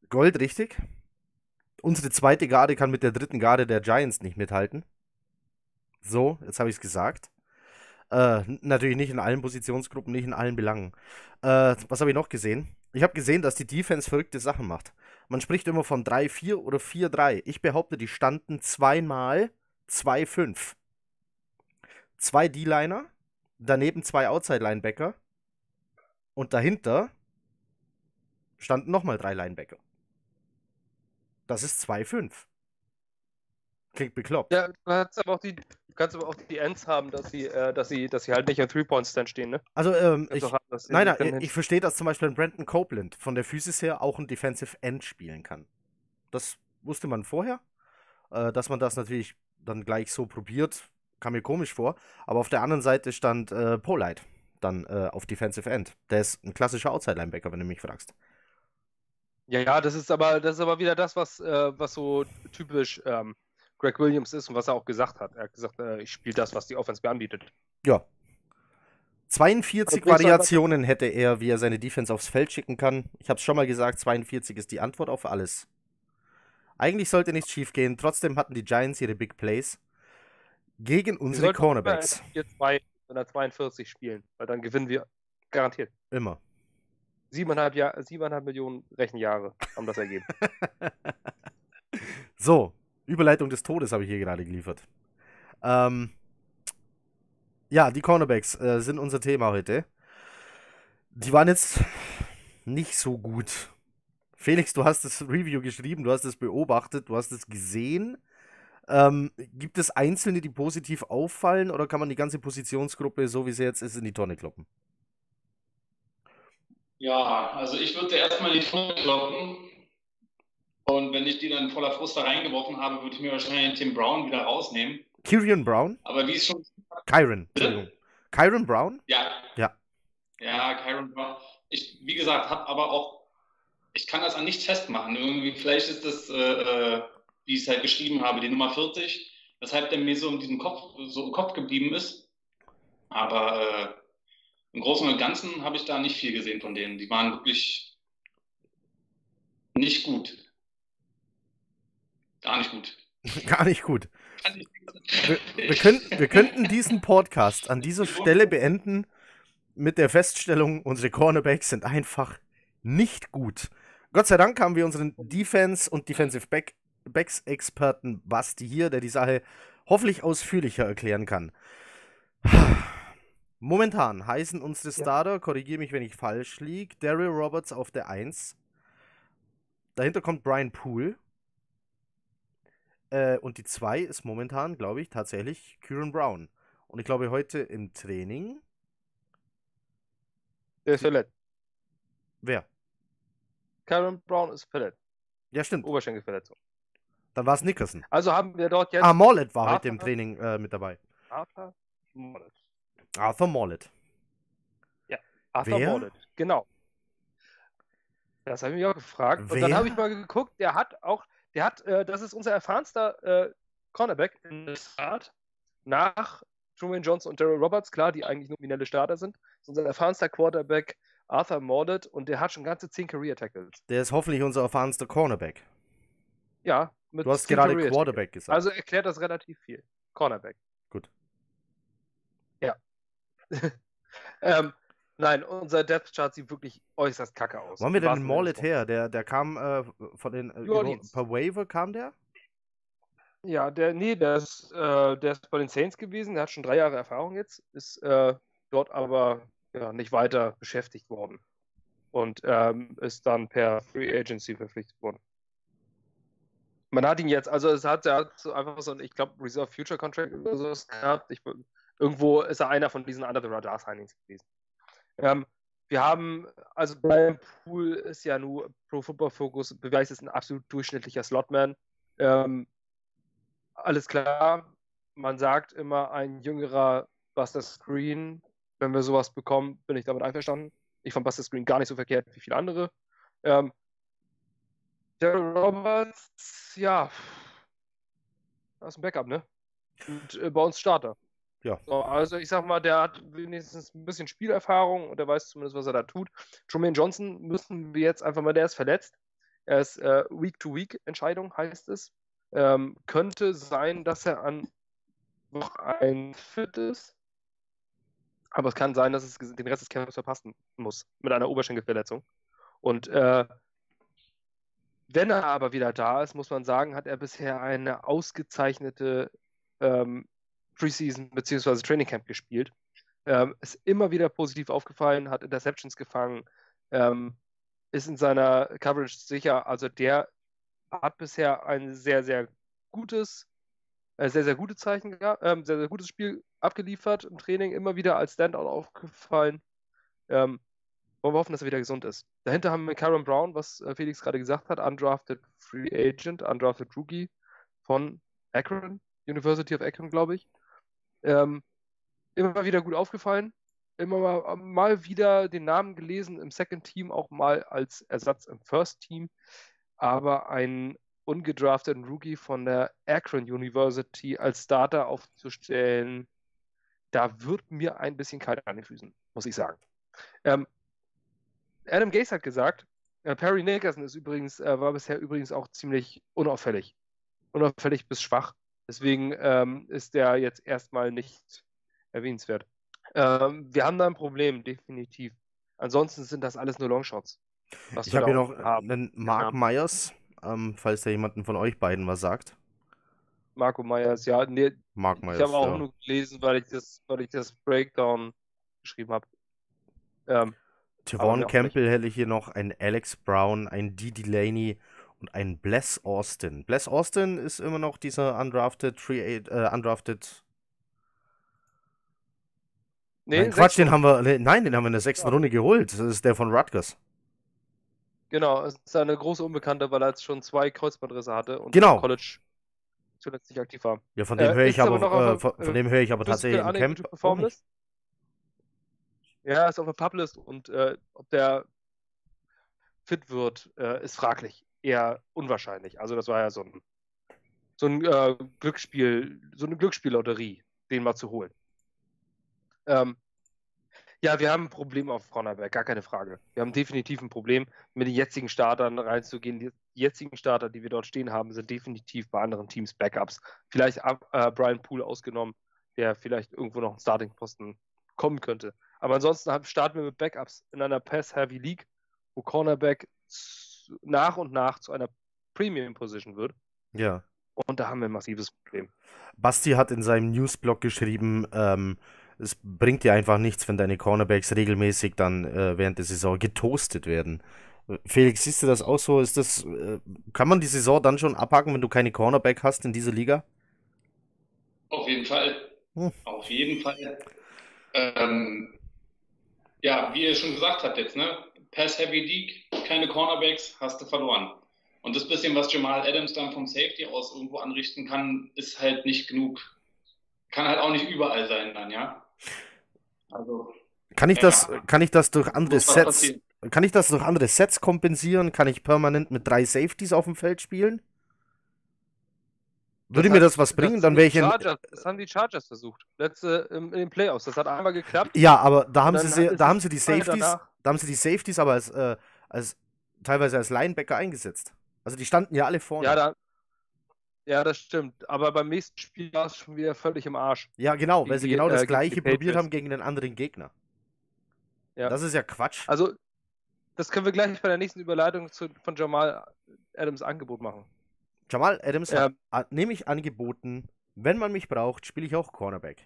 Gold richtig. Unsere zweite Garde kann mit der dritten Garde der Giants nicht mithalten. So, jetzt habe ich es gesagt. Äh, natürlich nicht in allen Positionsgruppen, nicht in allen Belangen. Äh, was habe ich noch gesehen? Ich habe gesehen, dass die Defense verrückte Sachen macht. Man spricht immer von drei vier oder vier drei. Ich behaupte, die standen zweimal zwei fünf. Zwei D-Liner, daneben zwei Outside-Linebacker und dahinter standen nochmal drei Linebacker. Das ist zwei fünf. Klingt bekloppt. Ja, du kannst aber auch die, du kannst aber auch die Ends haben, dass sie, äh, dass sie, dass sie halt nicht im Three-Point-Stand stehen, ne? Also, ähm, ich, Kannst auch haben, dass sie- nein, sie nein, können ich verstehe, dass zum Beispiel ein Brandon Copeland von der Physis her auch ein Defensive End spielen kann. Das wusste man vorher. Äh, dass man das natürlich dann gleich so probiert, kam mir komisch vor. Aber auf der anderen Seite stand äh, Polite dann äh, auf Defensive End. Der ist ein klassischer Outside-Linebacker, wenn du mich fragst. Ja, ja, das ist aber, das ist aber wieder das, was, äh, was so typisch ähm, Greg Williams ist und was er auch gesagt hat. Er hat gesagt, äh, ich spiele das, was die Offense mir anbietet. Ja. zweiundvierzig Okay, Variationen hätte er, wie er seine Defense aufs Feld schicken kann. Ich habe es schon mal gesagt, zweiundvierzig ist die Antwort auf alles. Eigentlich sollte nichts schief gehen. Trotzdem hatten die Giants ihre Big Plays gegen Wir unsere sollten auch immer Cornerbacks. vier zwei oder zweiundvierzig spielen, weil dann gewinnen wir garantiert. Immer. Siebeneinhalb, Jahr, siebeneinhalb Millionen Rechenjahre haben das ergeben. So, Überleitung des Todes habe ich hier gerade geliefert. Ähm, ja, die Cornerbacks äh, sind unser Thema heute. Die waren jetzt nicht so gut. Felix, du hast das Review geschrieben, du hast es beobachtet, du hast es gesehen. Ähm, gibt es Einzelne, die positiv auffallen, oder kann man die ganze Positionsgruppe, so wie sie jetzt ist, in die Tonne kloppen? Ja, also ich würde erstmal die Tonne kloppen. Und wenn ich die dann voller Frust da reingeworfen habe, würde ich mir wahrscheinlich den Tim Brown wieder rausnehmen. Kyrian Brown? Aber wie es schon. Kyron, Entschuldigung. Kyron Brown? Ja. Ja. Ja, Kyron Brown. Ich, wie gesagt, habe aber auch. Ich kann das an nichts festmachen. Irgendwie, vielleicht ist das, äh, wie ich es halt geschrieben habe, die Nummer vierzig, weshalb der mir so in diesem Kopf, so im Kopf geblieben ist. Aber äh, im Großen und Ganzen habe ich da nicht viel gesehen von denen. Die waren wirklich nicht gut. Gar nicht gut. Gar nicht gut. Wir, wir, könnten, wir könnten diesen Podcast an dieser Stelle beenden mit der Feststellung, unsere Cornerbacks sind einfach nicht gut. Gott sei Dank haben wir unseren Defense- und Defensive Back Backs-Experten Basti hier, der die Sache hoffentlich ausführlicher erklären kann. Momentan heißen unsere Starter, ja. Korrigiere mich, wenn ich falsch liege, Daryl Roberts auf der eins. Dahinter kommt Brian Poole. Äh, und die zwei ist momentan, glaube ich, tatsächlich Kyron Brown. Und ich glaube, heute im Training... Der ist verletzt. Wer? Kyron Brown ist verletzt. Ja, stimmt. Oberschenkelverletzung. Dann war es Nickerson. Also haben wir dort jetzt... Ah, Mollett war Arthur, heute im Training äh, mit dabei. Arthur Mollett. Arthur Mollett. Ja, Arthur Wer? Mollett, genau. Das habe ich mich auch gefragt. Wer? Und dann habe ich mal geguckt, der hat auch, der hat, äh, das ist unser erfahrenster äh, Cornerback in der Start nach Truman Johnson und Daryl Roberts, klar, die eigentlich nominelle Starter sind. Das ist unser erfahrenster Quarterback Arthur Mollett und der hat schon ganze zehn Career Tackles. Der ist hoffentlich unser erfahrenster Cornerback. Ja, mit Du hast zehn gerade Career Quarterback Tackles. gesagt. Also erklärt das relativ viel. Cornerback. Gut. Ja. ähm, nein, unser Depth Chart sieht wirklich äußerst kacke aus. Wo haben wir denn den Im Mollett wahrsten Sinne her? Der, der kam äh, von den... Äh, New Orleans. per Waiver kam der? Ja, der, nee, der ist, äh, der ist bei den Saints gewesen, der hat schon drei Jahre Erfahrung jetzt, ist äh, dort aber ja, nicht weiter beschäftigt worden und ähm, ist dann per Free Agency verpflichtet worden. Man hat ihn jetzt, also es hat, er hat so einfach so ein, ich glaube, Reserve Future Contract oder so gehabt. Ich, irgendwo ist er einer von diesen Under the Radar Signings gewesen. Ähm, wir haben, also Brian Poole ist ja nur Pro Football Focus, beweist ist ein absolut durchschnittlicher Slotman. Ähm, alles klar, man sagt immer ein jüngerer Buster Screen. Wenn wir sowas bekommen, bin ich damit einverstanden. Ich fand Buster Screen gar nicht so verkehrt wie viele andere. Ähm, Daryl Roberts, ja, das ist ein Backup, ne? Und äh, bei uns Starter. Ja. So, also ich sag mal, der hat wenigstens ein bisschen Spielerfahrung und der weiß zumindest, was er da tut. Truman Johnson müssen wir jetzt einfach mal, der ist verletzt. Er ist äh, Week-to-Week-Entscheidung, heißt es. Ähm, könnte sein, dass er an noch ein Fit ist. Aber es kann sein, dass es den Rest des Camps verpassen muss mit einer Oberschenkelverletzung. Und äh, wenn er aber wieder da ist, muss man sagen, hat er bisher eine ausgezeichnete ähm, Preseason bzw. Training Camp gespielt. Ähm, ist immer wieder positiv aufgefallen, hat Interceptions gefangen, ähm, ist in seiner Coverage sicher. Also der hat bisher ein sehr, sehr gutes, äh, sehr, sehr gute Zeichen, äh, sehr, sehr gutes Spiel abgeliefert im Training, immer wieder als Standout aufgefallen. Ähm, wollen wir hoffen, dass er wieder gesund ist. Dahinter haben wir Kyron Brown, was äh, Felix gerade gesagt hat, undrafted Free Agent, undrafted Rookie von Akron, University of Akron, glaube ich. Ähm, immer wieder gut aufgefallen, immer mal, mal wieder den Namen gelesen im Second Team, auch mal als Ersatz im First Team, aber einen ungedrafteten Rookie von der Akron University als Starter aufzustellen, da wird mir ein bisschen kalt an den Füßen, muss ich sagen. Ähm, Adam Gase hat gesagt, äh, Perry Nickerson ist übrigens, äh, war bisher übrigens auch ziemlich unauffällig. Unauffällig bis schwach. Deswegen ähm, ist der jetzt erstmal nicht erwähnenswert. Ähm, wir haben da ein Problem, definitiv. Ansonsten sind das alles nur Longshots. Ich habe hier noch haben. einen Mark Myers, ähm, falls da jemanden von euch beiden was sagt. Marco Myers, ja. Nee, Mark Myers, ich habe auch ja. nur gelesen, weil ich das, weil ich das Breakdown geschrieben habe. Ähm, Tevon Campbell hätte ich hier noch, ein Alex Brown, ein D. Delaney und ein Bless Austin. Bless Austin ist immer noch dieser undrafted, Free, äh, undrafted. Nee, nein, Quatsch, den haben wir, nein, den haben wir in der sechsten ja. Runde geholt. Das ist der von Rutgers. Genau, es ist eine große Unbekannte, weil er jetzt schon zwei Kreuzbandrisse hatte und genau. im College zuletzt nicht aktiv war. Ja, von dem äh, höre ich aber, aber äh, von, von dem höre ich aber tatsächlich im Camp auch nicht. Ja, ist auf der Publist und äh, ob der fit wird, äh, ist fraglich. Eher unwahrscheinlich. Also das war ja so ein, so ein äh, Glücksspiel, so eine Glücksspiellotterie, den mal zu holen. Ähm, ja, wir haben ein Problem auf Cornerback, gar keine Frage. Wir haben definitiv ein Problem, mit den jetzigen Startern reinzugehen. Die jetzigen Starter, die wir dort stehen haben, sind definitiv bei anderen Teams Backups. Vielleicht äh, Brian Poole ausgenommen, der vielleicht irgendwo noch einen Starting-Posten kommen könnte. Aber ansonsten starten wir mit Backups in einer Pass-Heavy League, wo Cornerback nach und nach zu einer Premium-Position wird. Ja. Und da haben wir ein massives Problem. Basti hat in seinem Newsblog geschrieben, ähm, es bringt dir einfach nichts, wenn deine Cornerbacks regelmäßig dann äh, während der Saison getoastet werden. Felix, siehst du das auch so? Ist das, äh, kann man die Saison dann schon abhaken, wenn du keine Cornerback hast in dieser Liga? Auf jeden Fall. Hm. Auf jeden Fall. Ähm, ja, wie ihr schon gesagt habt jetzt, ne? Pass-Heavy League, keine Cornerbacks, hast du verloren. Und das bisschen, was Jamal Adams dann vom Safety aus irgendwo anrichten kann, ist halt nicht genug. Kann halt auch nicht überall sein dann, ja? Also. Kann ich, ja, das, kann ich das durch andere Sets, kann ich das durch andere Sets kompensieren? Kann ich permanent mit drei Safeties auf dem Feld spielen? Würde das mir das was bringen? Das dann wäre ich in. Das haben die Chargers versucht. Letzte in, in den Playoffs. Das hat einmal geklappt. Ja, aber da haben sie, da haben sie die Safeties, da haben sie die Safeties aber als, äh, als teilweise als Linebacker eingesetzt. Also die standen ja alle vorne. Ja, da, ja, das stimmt. Aber beim nächsten Spiel war es schon wieder völlig im Arsch. Ja, genau, weil sie genau das äh, gleiche probiert haben gegen einen anderen Gegner. Ja. Das ist ja Quatsch. Also, das können wir gleich bei der nächsten Überleitung zu, von Jamal Adams Angebot machen. Jamal Adams ja. hat nämlich angeboten, wenn man mich braucht, spiele ich auch Cornerback.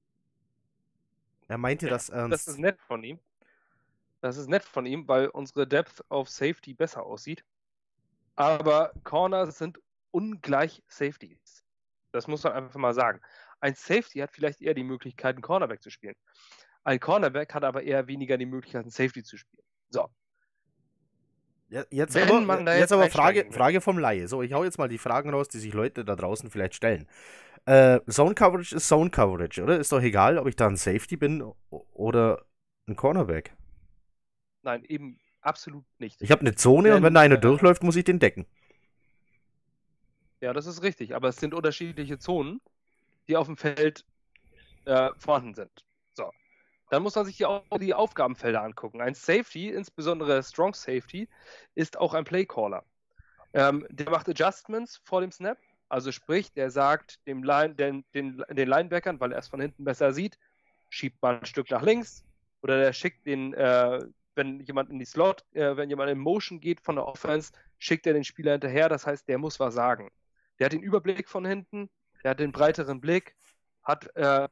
Er meinte ja, das ernst. Das ist nett von ihm. Das ist nett von ihm, weil unsere Depth auf Safety besser aussieht. Aber Corners sind ungleich Safeties. Das muss man einfach mal sagen. Ein Safety hat vielleicht eher die Möglichkeit, einen Cornerback zu spielen. Ein Cornerback hat aber eher weniger die Möglichkeit, einen Safety zu spielen. So. Ja, jetzt Wenn aber, man da jetzt, jetzt aber Frage, Frage vom Laie. So, ich hau jetzt mal die Fragen raus, die sich Leute da draußen vielleicht stellen. Äh, Zone Coverage ist Zone Coverage, oder? Ist doch egal, ob ich da ein Safety bin oder ein Cornerback. Nein, eben absolut nicht. Ich habe eine Zone Denn, und wenn da einer äh, durchläuft, muss ich den decken. Ja, das ist richtig, aber es sind unterschiedliche Zonen, die auf dem Feld äh, vorhanden sind. So. Dann muss man sich die, die Aufgabenfelder angucken. Ein Safety, insbesondere Strong Safety, ist auch ein Playcaller. Ähm, der macht Adjustments vor dem Snap, also sprich, der sagt dem Line, den, den, den Linebackern, weil er es von hinten besser sieht, schiebt mal ein Stück nach links, oder der schickt den, äh, wenn jemand in die Slot, äh, wenn jemand in Motion geht von der Offense, schickt er den Spieler hinterher, das heißt, der muss was sagen. Der hat den Überblick von hinten, der hat den breiteren Blick, hat äh,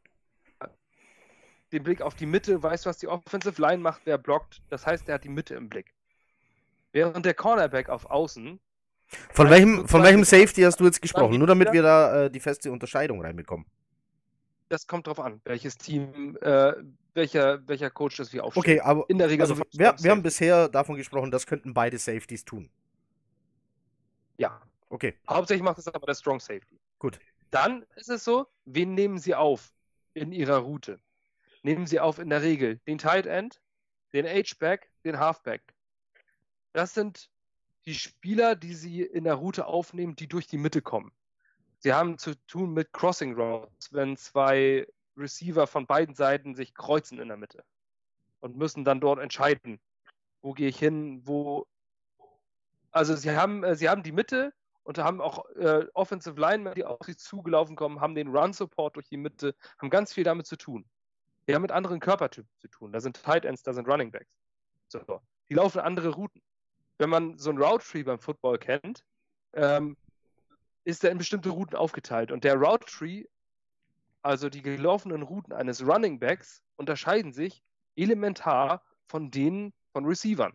den Blick auf die Mitte, weiß, was die Offensive Line macht, wer blockt, das heißt, der hat die Mitte im Blick. Während der Cornerback auf Außen. Von welchem, von welchem Safety hast du jetzt gesprochen? Nur damit wir da äh, die feste Unterscheidung reinbekommen. Das kommt drauf an, welches Team, äh, welcher, welcher Coach das wir aufstellen. Okay, aber in der Regel also wir, wir haben bisher davon gesprochen, das könnten beide Safeties tun. Ja. Okay. Hauptsächlich macht es aber der Strong Safety. Gut. Dann ist es so, wen nehmen Sie auf in Ihrer Route? Nehmen Sie auf in der Regel den Tight End, den H-Back, den Halfback. Das sind die Spieler, die Sie in der Route aufnehmen, die durch die Mitte kommen. Sie haben zu tun mit Crossing Routes, wenn zwei Receiver von beiden Seiten sich kreuzen in der Mitte und müssen dann dort entscheiden, wo gehe ich hin, wo. Also sie haben, äh, sie haben die Mitte und haben auch äh, Offensive Linemen, die auf sie zugelaufen kommen, haben den Run-Support durch die Mitte, haben ganz viel damit zu tun. Die haben mit anderen Körpertypen zu tun. Da sind Tight Ends, da sind Running Backs. So. Die laufen andere Routen. Wenn man so ein Route Tree beim Football kennt, ähm, ist der in bestimmte Routen aufgeteilt. Und der Route Tree, also die gelaufenen Routen eines Running Backs, unterscheiden sich elementar von denen von Receivern.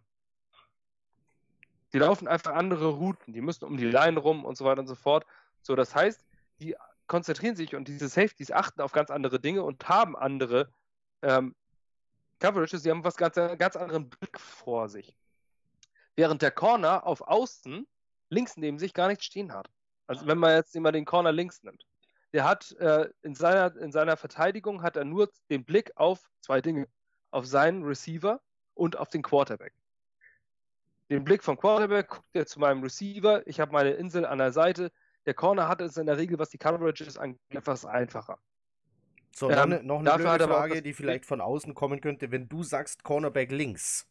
Die laufen einfach andere Routen. Die müssen um die Line rum und so weiter und so fort. So, das heißt, die konzentrieren sich und diese Safeties achten auf ganz andere Dinge und haben andere ähm, Coverages. Sie haben was ganz, ganz anderen Blick vor sich. Während der Corner auf Außen links neben sich gar nichts stehen hat. Also wenn man jetzt immer den Corner links nimmt. Der hat äh, in, seiner, in seiner Verteidigung hat er nur den Blick auf zwei Dinge. Auf seinen Receiver und auf den Quarterback. Den Blick vom Quarterback guckt er zu meinem Receiver. Ich habe meine Insel an der Seite. Der Corner hat es in der Regel, was die Coverages angeht, etwas einfacher. So, ähm, noch eine, noch eine blöde Frage, die vielleicht von außen kommen könnte. Wenn du sagst Cornerback links,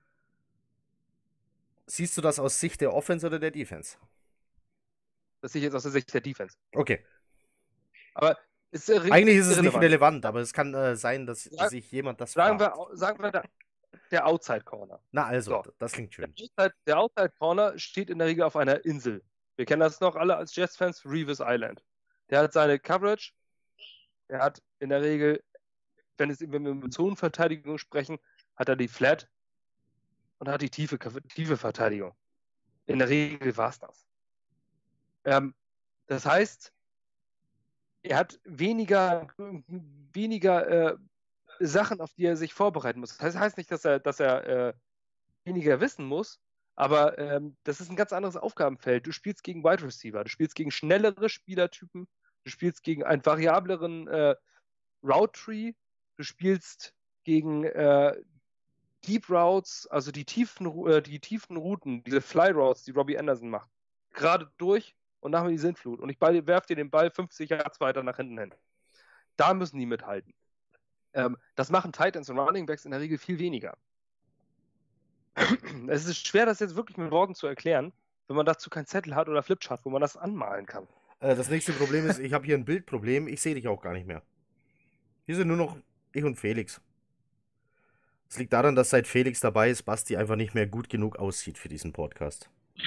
siehst du das aus Sicht der Offense oder der Defense? Das sehe ich jetzt aus der Sicht der Defense. Okay. Aber ist eigentlich ist es irrelevant. Nicht relevant, aber es kann äh, sein, dass Sag, sich jemand das sagen fragt. Wir, sagen wir der, der Outside Corner. Na also, so. Das klingt schön. Der Outside, der Outside Corner steht in der Regel auf einer Insel. Wir kennen das noch alle als Jets-Fans, Revis Island. Der hat seine Coverage, er hat in der Regel, wenn, es, wenn wir mit Zonenverteidigung sprechen, hat er die Flat und hat die tiefe, tiefe Verteidigung. In der Regel war es das. Ähm, das heißt, er hat weniger, weniger äh, Sachen, auf die er sich vorbereiten muss. Das heißt nicht, dass er, dass er äh, weniger wissen muss, aber ähm, das ist ein ganz anderes Aufgabenfeld. Du spielst gegen Wide Receiver, du spielst gegen schnellere Spielertypen, du spielst gegen einen variableren äh, Route Tree, du spielst gegen äh, Deep Routes, also die tiefen, äh, die tiefen Routen, diese Fly Routes, die Robbie Anderson macht, gerade durch und nachher die Sintflut. Und ich werfe dir den Ball fünfzig Yards weiter nach hinten hin. Da müssen die mithalten. Ähm, das machen Tight Ends und Running Backs in der Regel viel weniger. Es ist schwer, das jetzt wirklich mit Worten zu erklären, wenn man dazu keinen Zettel hat oder Flipchart, wo man das anmalen kann. Äh, das nächste Problem ist, ich habe hier ein Bildproblem, ich sehe dich auch gar nicht mehr. Hier sind nur noch ich und Felix. Es liegt daran, dass seit Felix dabei ist, Basti einfach nicht mehr gut genug aussieht für diesen Podcast.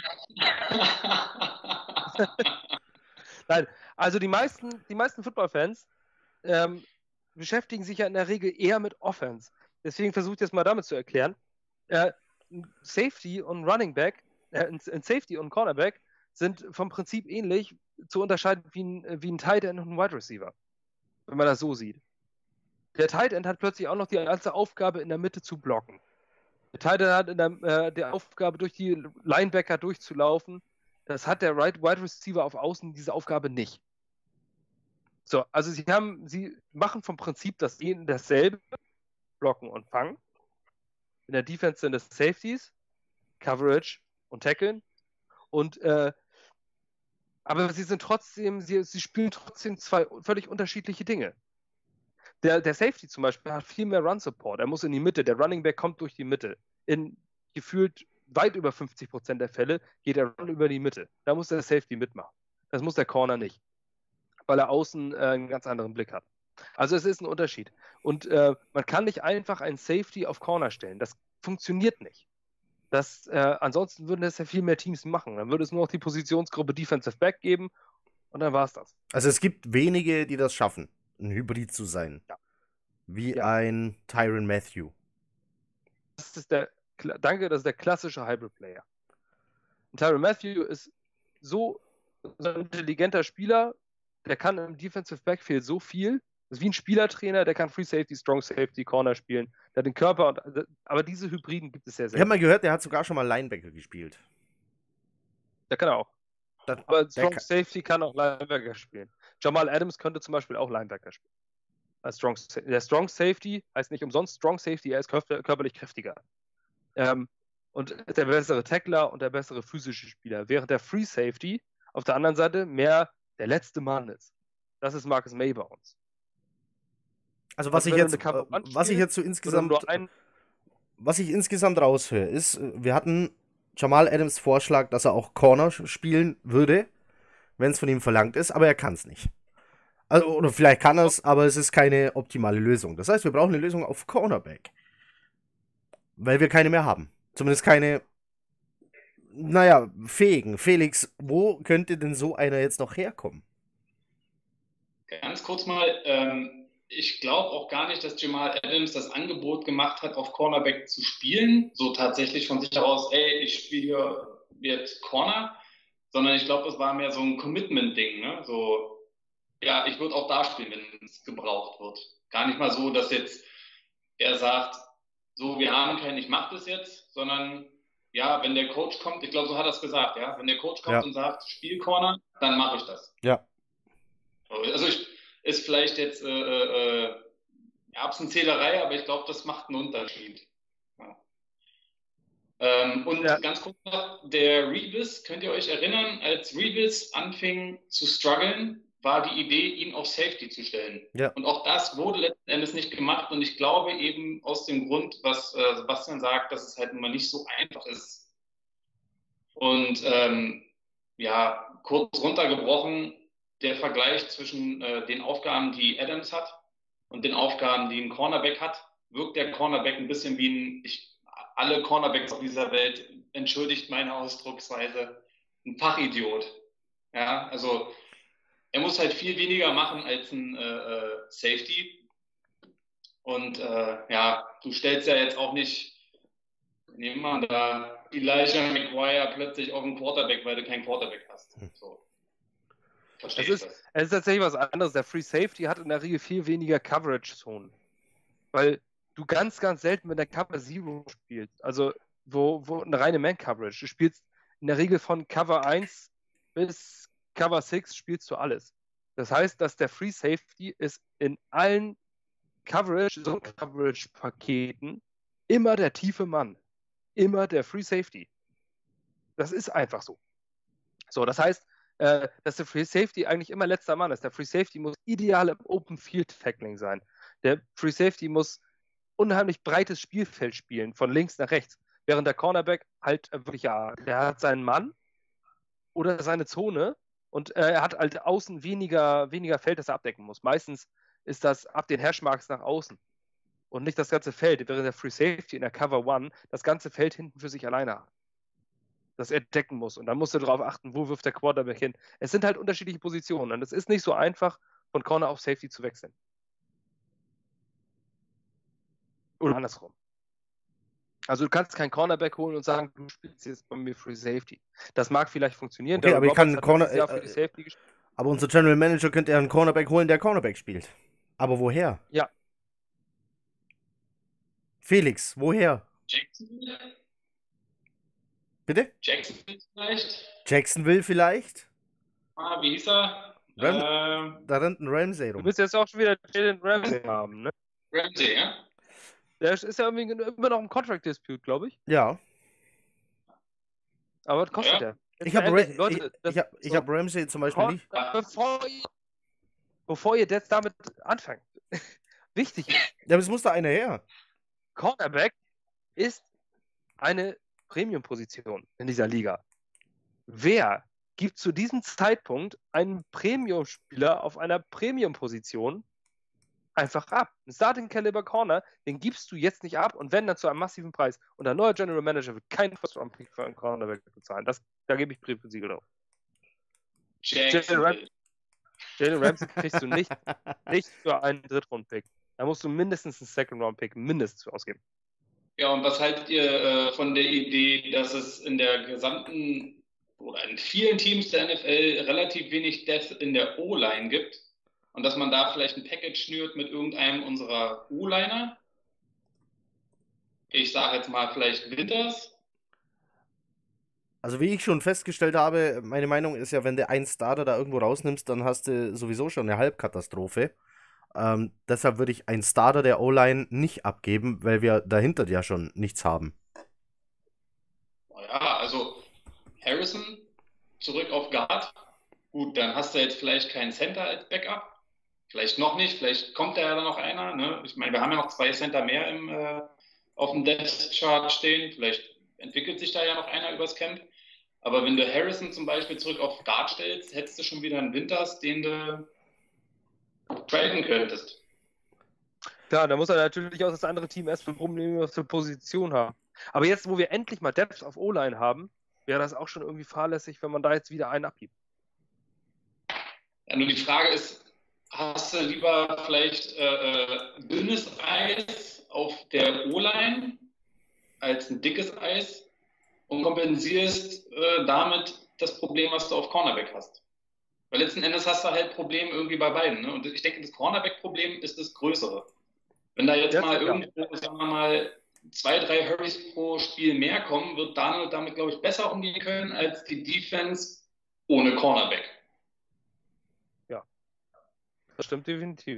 Nein, also die meisten, die meisten Football-Fans ähm, beschäftigen sich ja in der Regel eher mit Offense. Deswegen versuche ich das mal damit zu erklären. Äh, Safety und Running Back, äh, ein Safety und Cornerback sind vom Prinzip ähnlich zu unterscheiden wie ein, wie ein Tight End und ein Wide Receiver, wenn man das so sieht. Der Tight End hat plötzlich auch noch die ganze Aufgabe, in der Mitte zu blocken. Der Tight End hat in der, äh, die Aufgabe, durch die Linebacker durchzulaufen. Das hat der Right Wide Receiver auf Außen diese Aufgabe nicht. So, also sie haben, sie machen vom Prinzip das dasselbe, blocken und fangen. In der Defense sind es Safeties, Coverage und Tackeln. Und äh, aber sie sind trotzdem, sie, sie spielen trotzdem zwei völlig unterschiedliche Dinge. Der, der Safety zum Beispiel hat viel mehr Run-Support. Er muss in die Mitte. Der Running Back kommt durch die Mitte. In gefühlt weit über fünfzig Prozent der Fälle geht der Run über die Mitte. Da muss der Safety mitmachen. Das muss der Corner nicht, weil er außen äh, einen ganz anderen Blick hat. Also es ist ein Unterschied. Und äh, man kann nicht einfach einen Safety auf Corner stellen. Das funktioniert nicht. Das, äh, ansonsten würden das ja viel mehr Teams machen. Dann würde es nur noch die Positionsgruppe Defensive Back geben und dann war es das. Also es gibt wenige, die das schaffen, ein Hybrid zu sein. Ja. Wie Ja. ein Tyrann Mathieu. Das ist der, danke, das ist der klassische Hybrid-Player. Tyrann Mathieu ist so, so ein intelligenter Spieler, der kann im Defensive Backfield so viel. Das ist wie ein Spielertrainer, der kann Free Safety, Strong Safety, Corner spielen. Der hat den Körper, und, aber diese Hybriden gibt es sehr Ich habe selten. mal gehört, der hat sogar schon mal Linebacker gespielt. Der kann er auch. Das, Aber der Strong kann, Safety kann auch Linebacker spielen. Jamal Adams könnte zum Beispiel auch Linebacker spielen. Als Strong, der Strong Safety heißt nicht umsonst Strong Safety, er ist körper, körperlich kräftiger. Ähm, und ist der bessere Tackler und der bessere physische Spieler. Während der Free Safety auf der anderen Seite mehr der letzte Mann ist. Das ist Marcus May bei uns. also was Also ich wenn du jetzt, eine Cover äh, One was ich spielst, jetzt so Oder insgesamt, nur ein, was ich insgesamt raushöre, ist, äh, wir hatten Jamal Adams Vorschlag, dass er auch Corner sch- spielen würde, wenn es von ihm verlangt ist, aber er kann es nicht. Also, oder vielleicht kann er es, aber es ist keine optimale Lösung. Das heißt, wir brauchen eine Lösung auf Cornerback. Weil wir keine mehr haben. Zumindest keine, naja, fähigen. Felix, wo könnte denn so einer jetzt noch herkommen? Ganz kurz mal, ähm, ich glaube auch gar nicht, dass Jamal Adams das Angebot gemacht hat, auf Cornerback zu spielen, so tatsächlich von sich heraus, ey, ich spiele jetzt Corner, sondern ich glaube, es war mehr so ein Commitment-Ding, ne? So, ja, ich würde auch da spielen, wenn es gebraucht wird. Gar nicht mal so, dass jetzt er sagt, so, wir haben keinen, ich mache das jetzt, sondern ja, wenn der Coach kommt, ich glaube, so hat er es gesagt, ja, wenn der Coach kommt Ja. und sagt, spiel Corner, dann mache ich das. Ja. Also ich, ist vielleicht jetzt äh, äh, Erbsenzählerei, aber ich glaube, das macht einen Unterschied. Ja. Ähm, und Ja. ganz kurz noch, der Revis, könnt ihr euch erinnern, als Revis anfing zu strugglen, war die Idee, ihn auf Safety zu stellen. Ja. Und auch das wurde letzten Endes nicht gemacht. Und ich glaube eben aus dem Grund, was äh, Sebastian sagt, dass es halt immer nicht so einfach ist. Und ähm, ja, kurz runtergebrochen, der Vergleich zwischen äh, den Aufgaben, die Adams hat und den Aufgaben, die ein Cornerback hat, wirkt der Cornerback ein bisschen wie ein, ich, alle Cornerbacks auf dieser Welt, entschuldigt meine Ausdrucksweise, ein Fachidiot. Ja, also er muss halt viel weniger machen als ein äh, Safety. Und äh, ja, du stellst ja jetzt auch nicht, nehmen wir mal da Elijah McGuire plötzlich auf einen Quarterback, weil du keinen Quarterback hast. So. Es ist, es ist tatsächlich was anderes. Der Free Safety hat in der Regel viel weniger Coverage-Zonen. Weil du ganz, ganz selten mit der Cover Zero spielst. Also, wo, wo eine reine Man-Coverage. Du spielst in der Regel von Cover eins bis Cover sechs spielst du alles. Das heißt, dass der Free Safety ist in allen Coverage, Zone-Coverage-Paketen immer der tiefe Mann. Immer der Free Safety. Das ist einfach so. So, das heißt, äh, dass der Free Safety eigentlich immer letzter Mann ist. Der Free Safety muss ideal im Open Field Tackling sein. Der Free Safety muss unheimlich breites Spielfeld spielen, von links nach rechts. Während der Cornerback halt äh, wirklich, ja, der hat seinen Mann oder seine Zone und äh, er hat halt außen weniger, weniger Feld, das er abdecken muss. Meistens ist das ab den Hashmarks nach außen und nicht das ganze Feld, während der Free Safety in der Cover One das ganze Feld hinten für sich alleine hat. Das er decken muss. Und dann musst du darauf achten, wo wirft der Quarterback hin. Es sind halt unterschiedliche Positionen und es ist nicht so einfach, von Corner auf Safety zu wechseln. Oder andersrum. Also du kannst keinen Cornerback holen und sagen, du spielst jetzt bei mir Free Safety. Das mag vielleicht funktionieren. Okay, Darryl aber ich kann Roberts hat Corner, letztes Jahr äh, für die Safety gespielt. Aber unser General Manager könnte ja einen Cornerback holen, der Cornerback spielt. Aber woher? Ja. Felix, woher? Jacksonville? Bitte? Jacksonville vielleicht? Jacksonville vielleicht? Ah, wie hieß er? Ram Ähm, da rennt ein Ramsey Du rum. willst jetzt auch schon wieder Jalen Ramsey haben, ne? Ramsey, ja? Der ist ja irgendwie immer noch im Contract Dispute, glaube ich. Ja. Aber was kostet Ja. der? Jetzt Ich mal habe ehrlich, Leute, ich, das- ich hab, ich so. hab Ramsey zum Beispiel nicht. Bevor ihr, bevor ihr jetzt damit anfangt, wichtig ist, Ja, aber es muss da einer her. Cornerback ist eine Premium-Position in dieser Liga. Wer gibt zu diesem Zeitpunkt einen Premium-Spieler auf einer Premium-Position einfach ab? Ein Starting-Caliber-Corner, den gibst du jetzt nicht ab und wenn, dann zu einem massiven Preis. Und ein neuer General Manager wird keinen First-Round-Pick für einen Cornerback bezahlen. Das, da gebe ich Briefesiegel drauf. Jalen Ramsey, Jalen Ramsey kriegst du nicht, nicht für einen Drittrunden-Pick. Da musst du mindestens einen Second-Round-Pick mindestens für ausgeben. Ja, und was haltet ihr äh, von der Idee, dass es in der gesamten oder in vielen Teams der N F L relativ wenig Depth in der O-Line gibt und dass man da vielleicht ein Package schnürt mit irgendeinem unserer O-Liner? Ich sage jetzt mal vielleicht Winters. Also wie ich schon festgestellt habe, meine Meinung ist ja, wenn du einen Starter da irgendwo rausnimmst, dann hast du sowieso schon eine Halbkatastrophe. Ähm, deshalb würde ich einen Starter der O-Line nicht abgeben, weil wir dahinter ja schon nichts haben. Ja, also Harrison zurück auf Guard. Gut, dann hast du jetzt vielleicht keinen Center als Backup. Vielleicht noch nicht, vielleicht kommt da ja dann noch einer. Ne? Ich meine, wir haben ja noch zwei Center mehr im, äh, auf dem Depth-Chart stehen. Vielleicht entwickelt sich da ja noch einer übers Camp. Aber wenn du Harrison zum Beispiel zurück auf Guard stellst, hättest du schon wieder einen Winters, den du traden könntest. Klar, da muss er natürlich auch das andere Team erst Probleme zur Position haben. Aber jetzt, wo wir endlich mal Depth auf O-Line haben, wäre das auch schon irgendwie fahrlässig, wenn man da jetzt wieder einen abgibt. Ja, nur die Frage ist, hast du lieber vielleicht äh, dünnes Eis auf der O-Line als ein dickes Eis und kompensierst äh, damit das Problem, was du auf Cornerback hast? Weil letzten Endes hast du halt Probleme irgendwie bei beiden. Ne? Und ich denke, das Cornerback-Problem ist das größere. Wenn da jetzt, jetzt mal ja. irgendwo, sagen wir mal, zwei, drei Hurries pro Spiel mehr kommen, wird Darnold damit, glaube ich, besser umgehen können als die Defense ohne Cornerback. Ja, das stimmt definitiv.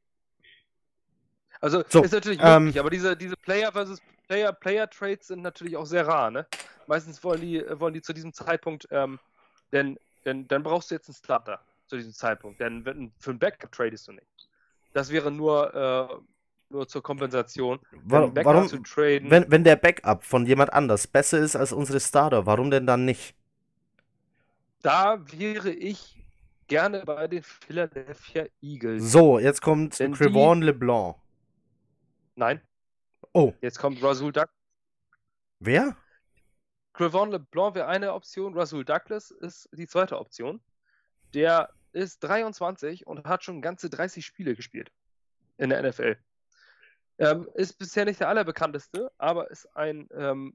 Also so, ist natürlich ähm, möglich, aber diese, diese Player versus Player, Player Trades sind natürlich auch sehr rar. Ne? Meistens wollen die, wollen die zu diesem Zeitpunkt, ähm, denn, denn dann brauchst du jetzt einen Starter zu diesem Zeitpunkt, denn wenn, für einen Backup tradest du nicht. Das wäre nur, äh, nur zur Kompensation. Warum, warum zu traden, wenn, wenn der Backup von jemand anders besser ist als unsere Starter, warum denn dann nicht? Da wäre ich gerne bei den Philadelphia Eagles. So, jetzt kommt Cre'Von LeBlanc. Nein. Oh. Jetzt kommt Rasul Douglas. Wer? Cre'Von LeBlanc wäre eine Option, Rasul Douglas ist die zweite Option. Der ist dreiundzwanzig und hat schon ganze dreißig Spiele gespielt in der N F L. Ähm, ist bisher nicht der allerbekannteste, aber ist ein ähm,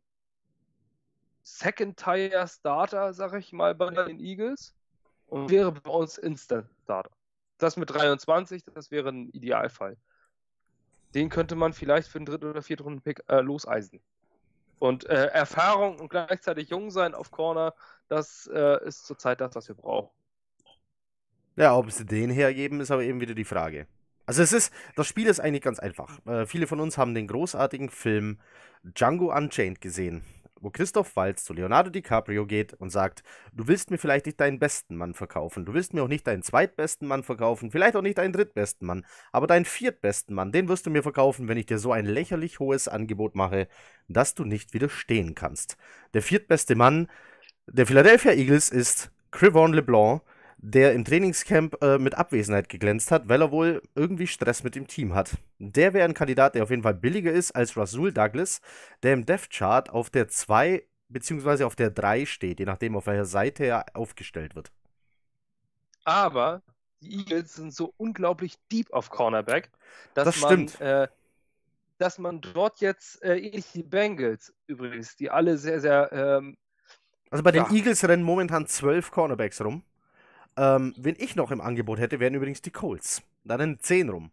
Second-Tier-Starter, sag ich mal, bei den Eagles und wäre bei uns Instant-Starter. Das mit dreiundzwanzig, das wäre ein Idealfall. Den könnte man vielleicht für den dritten oder vierten Runden-Pick äh, loseisen. Und äh, Erfahrung und gleichzeitig jung sein auf Corner, das äh, ist zurzeit das, was wir brauchen. Ja, ob sie den hergeben, ist aber eben wieder die Frage. Also es ist, das Spiel ist eigentlich ganz einfach. Äh, viele von uns haben den großartigen Film Django Unchained gesehen, wo Christoph Waltz zu Leonardo DiCaprio geht und sagt, du willst mir vielleicht nicht deinen besten Mann verkaufen, du willst mir auch nicht deinen zweitbesten Mann verkaufen, vielleicht auch nicht deinen drittbesten Mann, aber deinen viertbesten Mann, den wirst du mir verkaufen, wenn ich dir so ein lächerlich hohes Angebot mache, dass du nicht widerstehen kannst. Der viertbeste Mann der Philadelphia Eagles ist Cre'Von LeBlanc, der im Trainingscamp äh, mit Abwesenheit geglänzt hat, weil er wohl irgendwie Stress mit dem Team hat. Der wäre ein Kandidat, der auf jeden Fall billiger ist als Rasul Douglas, der im Depth-Chart auf der zwei bzw. auf der drei steht, je nachdem, auf welcher Seite er aufgestellt wird. Aber die Eagles sind so unglaublich deep auf Cornerback, dass das man, stimmt. Äh, dass man dort jetzt, äh, ähnlich die Bengals übrigens, die alle sehr, sehr... Ähm, also bei den ja. Eagles rennen momentan zwölf Cornerbacks rum. Ähm, wen ich noch im Angebot hätte, wären übrigens die Colts. Da rennen zehn rum.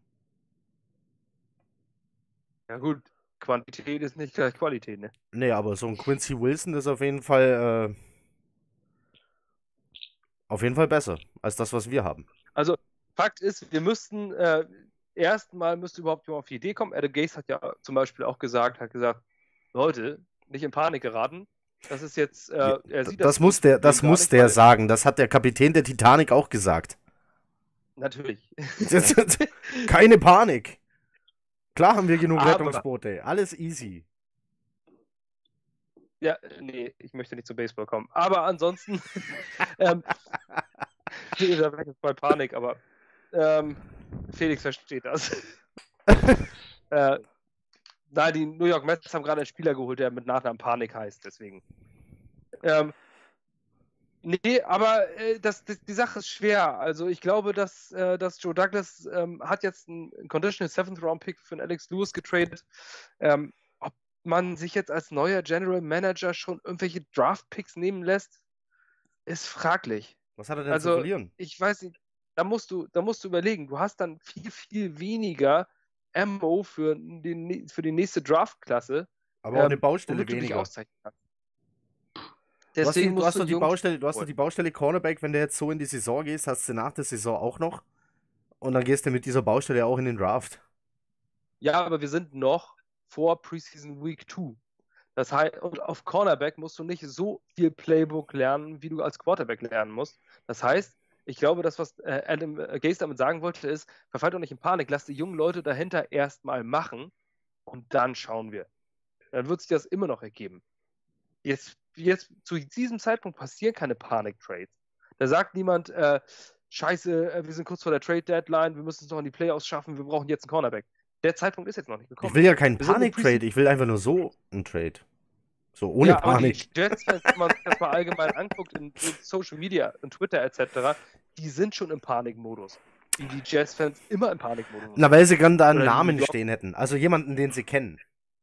Ja gut, Quantität ist nicht gleich Qualität, ne? Nee, aber so ein Quincy Wilson ist auf jeden Fall äh, auf jeden Fall besser als das, was wir haben. Also Fakt ist, wir müssten äh, erstmal müsste überhaupt jemand auf die Idee kommen. Adam Gase hat ja zum Beispiel auch gesagt, hat gesagt, Leute, nicht in Panik geraten. Das ist jetzt, äh, ja, er sieht das, das muss der, das muss nicht, der sagen. Das hat der Kapitän der Titanic auch gesagt. Natürlich. Keine Panik. Klar haben wir genug Aber, Rettungsboote. Alles easy. Ja, nee, ich möchte nicht zu Baseball kommen. Aber ansonsten, ähm, da bin ich jetzt bei Panik, aber ähm, Felix versteht das. äh, nein, die New York Mets haben gerade einen Spieler geholt, der mit Nachnamen Panik heißt, deswegen. Ähm, nee, aber äh, das, das, die Sache ist schwer. Also ich glaube, dass, äh, dass Joe Douglas ähm, hat jetzt einen, einen Conditional Seventh Round Pick für einen Alex Lewis getradet. Ähm, ob man sich jetzt als neuer General Manager schon irgendwelche Draft-Picks nehmen lässt, ist fraglich. Was hat er denn Also, zu verlieren? ich weiß nicht, da musst du, da musst du überlegen, du hast dann viel, viel weniger Ammo für, den, für die nächste Draft-Klasse, Aber auch eine Baustelle womit du dich weniger. auszeichnen kannst. Du hast, die, Deswegen du, musst hast du doch die Jungs Baustelle, du hast doch holen. die Baustelle Cornerback, wenn du jetzt so in die Saison gehst, hast du nach der Saison auch noch. Und dann gehst du mit dieser Baustelle auch in den Draft. Ja, aber wir sind noch vor Preseason Week zwei. Das heißt, und auf Cornerback musst du nicht so viel Playbook lernen, wie du als Quarterback lernen musst. Das heißt, ich glaube, das, was äh, Adam Gase damit sagen wollte, ist, verfallt doch nicht in Panik, lass die jungen Leute dahinter erstmal machen und dann schauen wir. Dann wird sich das immer noch ergeben. Jetzt, jetzt zu diesem Zeitpunkt passieren keine Panik-Trades. Da sagt niemand, äh, scheiße, äh, wir sind kurz vor der Trade-Deadline, wir müssen es noch in die Playoffs schaffen, wir brauchen jetzt einen Cornerback. Der Zeitpunkt ist jetzt noch nicht gekommen. Ich will ja keinen Wir sind im Panik-Trade, ich will einfach nur so einen Trade. So, ohne ja, aber Panik. die Jets-Fans, wenn man sich das mal allgemein anguckt, in, in Social Media, in Twitter et cetera, die sind schon im Panikmodus. Wie die Jets-Fans immer im Panikmodus sind. Na, weil sie gerade da einen Oder die Namen New York- stehen hätten. Also jemanden, den sie kennen.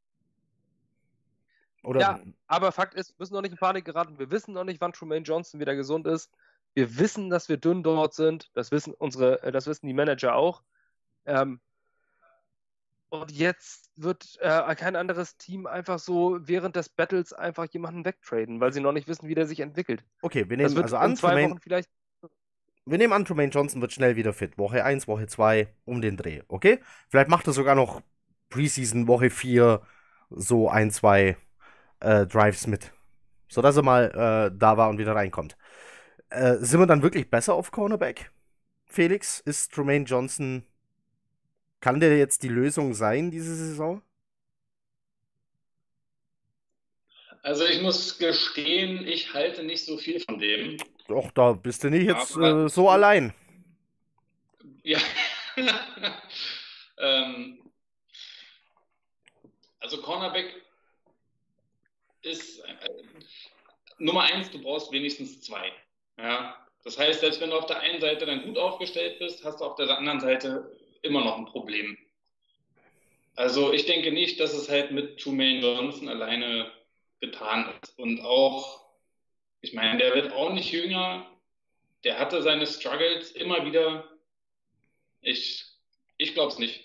Oder Ja, aber Fakt ist, wir müssen noch nicht in Panik geraten. Wir wissen noch nicht, wann Trumaine Johnson wieder gesund ist. Wir wissen, dass wir dünn dort sind. Das wissen unsere, äh, das wissen die Manager auch. Ähm, und jetzt wird äh, kein anderes Team einfach so während des Battles einfach jemanden wegtraden, weil sie noch nicht wissen, wie der sich entwickelt. okay, wir Das nehmen wird also in an, zwei Trumaine, Wochen vielleicht. wir nehmen an, Trumaine Johnson wird schnell wieder fit. Woche eins, Woche zwei, um den Dreh, okay? Vielleicht macht er sogar noch Preseason Woche vier so ein, zwei äh, Drives mit. Sodass er mal äh, da war und wieder reinkommt. Äh, sind wir dann wirklich besser auf Cornerback? Felix, ist Trumaine Johnson, kann der jetzt die Lösung sein, diese Saison? Also ich muss gestehen, ich halte nicht so viel von dem. Doch, da bist du nicht jetzt Aber- äh, so allein. Ja. ähm, also Cornerback ist äh, Nummer eins, du brauchst wenigstens zwei. Ja? Das heißt, selbst wenn du auf der einen Seite dann gut aufgestellt bist, hast du auf der anderen Seite immer noch ein Problem. Also ich denke nicht, dass es halt mit Trumaine Johnson alleine getan ist. Und auch, ich meine, der wird auch nicht jünger. Der hatte seine Struggles immer wieder. Ich, ich glaube es nicht.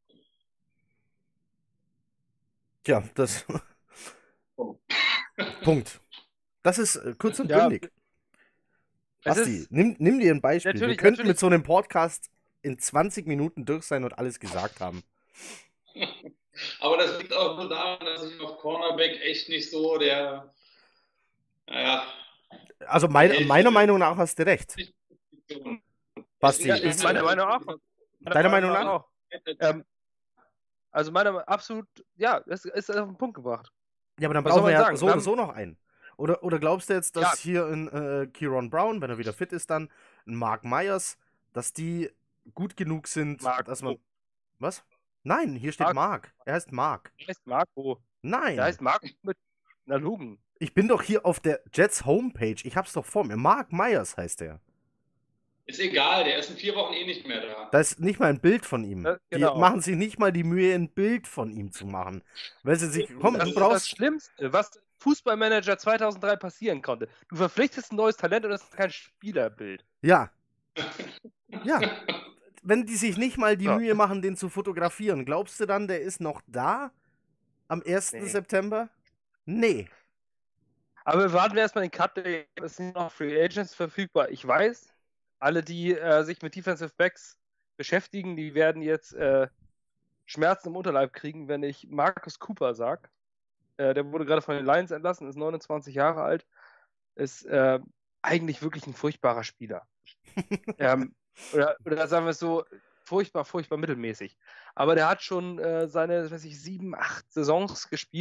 Tja, das. Punkt. Punkt. Das ist äh, kurz und Ja, bündig. Es Basti, ist, nimm, nimm dir ein Beispiel. Wir Natürlich, könnten natürlich. mit so einem Podcast in zwanzig Minuten durch sein und alles gesagt haben. Aber das liegt auch nur daran, dass ich auf Cornerback echt nicht so der, naja, Also mein, Hey, meiner ich- Meinung nach hast du recht. Basti, ja, Ich- ist meiner Meinung nach. Deiner Meinung nach? auch. Ähm, also meiner Meinung absolut, ja, es ist auf den Punkt gebracht. Ja, aber dann Was brauchen soll wir man ja sagen? so Wir oder haben- so noch einen. Oder, oder glaubst du jetzt, dass Ja. hier ein äh, Kieron Brown, wenn er wieder fit ist, dann ein Mark Myers, dass die gut genug sind, Marco. dass man. Was? Nein, hier steht Mark- Mark. Er heißt Mark. Der heißt Marco. Nein. Der heißt Marco mit einer Logen. Ich bin doch hier auf der Jets Homepage. Ich hab's doch vor mir. Mark Myers heißt er. Ist egal, der ist in vier Wochen eh nicht mehr da. Da ist nicht mal ein Bild von ihm. Ja, genau. Die machen sich nicht mal die Mühe, ein Bild von ihm zu machen. Weil sie sich. Komm, Das du ist das brauchst. Schlimmste, was Fußballmanager zweitausenddrei passieren konnte. Du verpflichtest ein neues Talent und das ist kein Spielerbild. Ja. Ja. Wenn die sich nicht mal die Ja. Mühe machen, den zu fotografieren, glaubst du dann, der ist noch da? Am ersten Nee. September? Nee. Aber wir warten erstmal den Cut, es sind noch Free Agents verfügbar. Ich weiß, alle, die äh, sich mit Defensive Backs beschäftigen, die werden jetzt äh, Schmerzen im Unterleib kriegen, wenn ich Marcus Cooper sage. Äh, der wurde gerade von den Lions entlassen, ist neunundzwanzig Jahre alt, ist äh, eigentlich wirklich ein furchtbarer Spieler. ähm, oder, oder sagen wir es so, furchtbar, furchtbar mittelmäßig. Aber der hat schon äh, seine, weiß ich, sieben, acht Saisons gespielt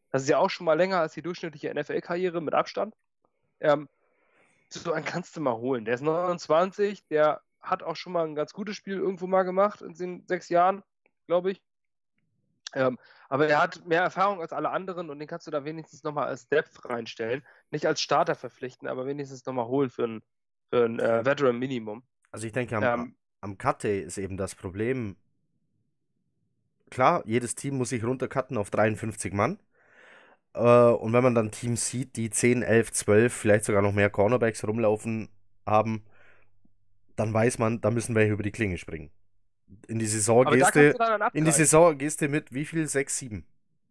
Das ist ja auch schon mal länger als die durchschnittliche N F L-Karriere mit Abstand. Ähm, so einen kannst du mal holen. Der ist neunundzwanzig, der hat auch schon mal ein ganz gutes Spiel irgendwo mal gemacht in den sechs Jahren, glaube ich. Ähm, aber er hat mehr Erfahrung als alle anderen und den kannst du da wenigstens nochmal als Depth reinstellen. Nicht als Starter verpflichten, aber wenigstens nochmal holen für ein, für ein äh, Veteran-Minimum. Also ich denke, am, Ähm, am Cut-Day ist eben das Problem. Klar, jedes Team muss sich runtercutten auf dreiundfünfzig Mann. Äh, und wenn man dann Teams sieht, die zehn, elf, zwölf, vielleicht sogar noch mehr Cornerbacks rumlaufen haben, dann weiß man, da müssen wir über die Klinge springen. In die Saison aber da gehst kannst du, du dann in die abgreifen. Saison gehst du mit wie viel? sechs, sieben.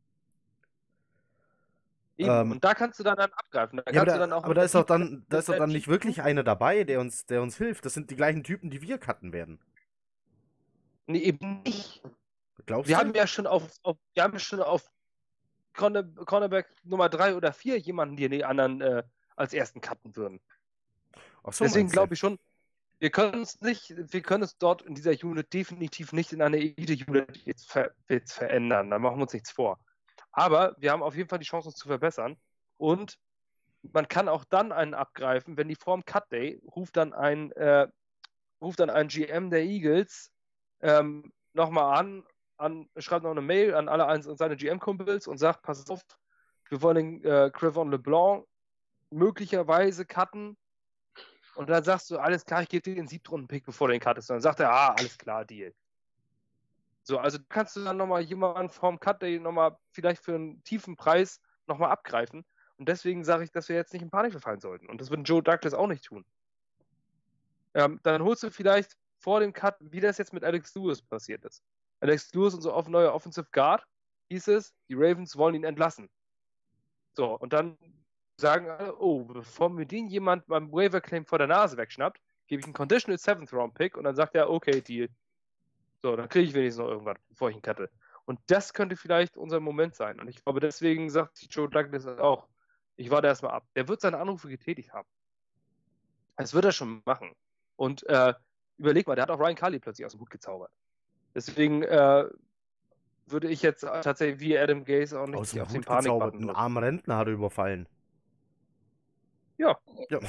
Eben. Ähm, Und da kannst du dann, dann abgreifen. Da Ja, kannst aber du da, dann auch aber mit da der ist doch Defense- dann, da ist doch dann nicht wirklich einer dabei, der uns, der uns hilft. Das sind die gleichen Typen, die wir cutten werden. Nee, eben nicht. Glaubst Wir du? haben ja schon auf, auf wir haben ja schon auf Corner, Cornerback Nummer drei oder vier jemanden, die die anderen äh, als ersten cutten würden. Ach so, Deswegen meinst du? glaube ich schon, wir können es nicht, wir können es dort in dieser Unit definitiv nicht in eine Elite-Unit jetzt, ver, jetzt verändern. Da machen wir uns nichts vor. Aber wir haben auf jeden Fall die Chance, uns zu verbessern. Und man kann auch dann einen abgreifen, wenn die vorm Cut Day ruft dann ein, äh, ruft dann ein G M der Eagles ähm, nochmal an, an, schreibt noch eine Mail an alle eins und seine G M-Kumpels und sagt, pass auf, wir wollen den äh, Crevon LeBlanc möglicherweise cutten. Und dann sagst du, alles klar, ich gebe dir den Siebtrunden-Pick, bevor du den cuttest. Und dann sagt er, ah, alles klar, Deal. So, also kannst du dann nochmal jemanden vom Cut Day nochmal vielleicht für einen tiefen Preis nochmal abgreifen. Und deswegen sage ich, dass wir jetzt nicht in Panik verfallen sollten. Und das wird Joe Douglas auch nicht tun. Ähm, dann holst du vielleicht vor dem Cut, wie das jetzt mit Alex Lewis passiert ist. Alex Lewis, unser off- neuer Offensive Guard, hieß es, die Ravens wollen ihn entlassen. So, und dann sagen alle, oh, bevor mir den jemand beim Waiver Claim vor der Nase wegschnappt, gebe ich einen Conditional Seventh Round Pick und dann sagt er, okay, Deal. So, dann kriege ich wenigstens noch irgendwas, bevor ich ihn cutte. Und das könnte vielleicht unser Moment sein. Und ich glaube, deswegen sagt Joe Douglas auch, ich warte erstmal ab. Der wird seine Anrufe getätigt haben. Das wird er schon machen. Und äh, überleg mal, der hat auch Ryan Carly plötzlich aus dem Hut gezaubert. Deswegen äh, würde ich jetzt tatsächlich wie Adam Gase auch nicht Aus dem auf den Hut gezaubert. Panikbutton Einen drücken. armen Rentner hat er überfallen. Ja. Ja,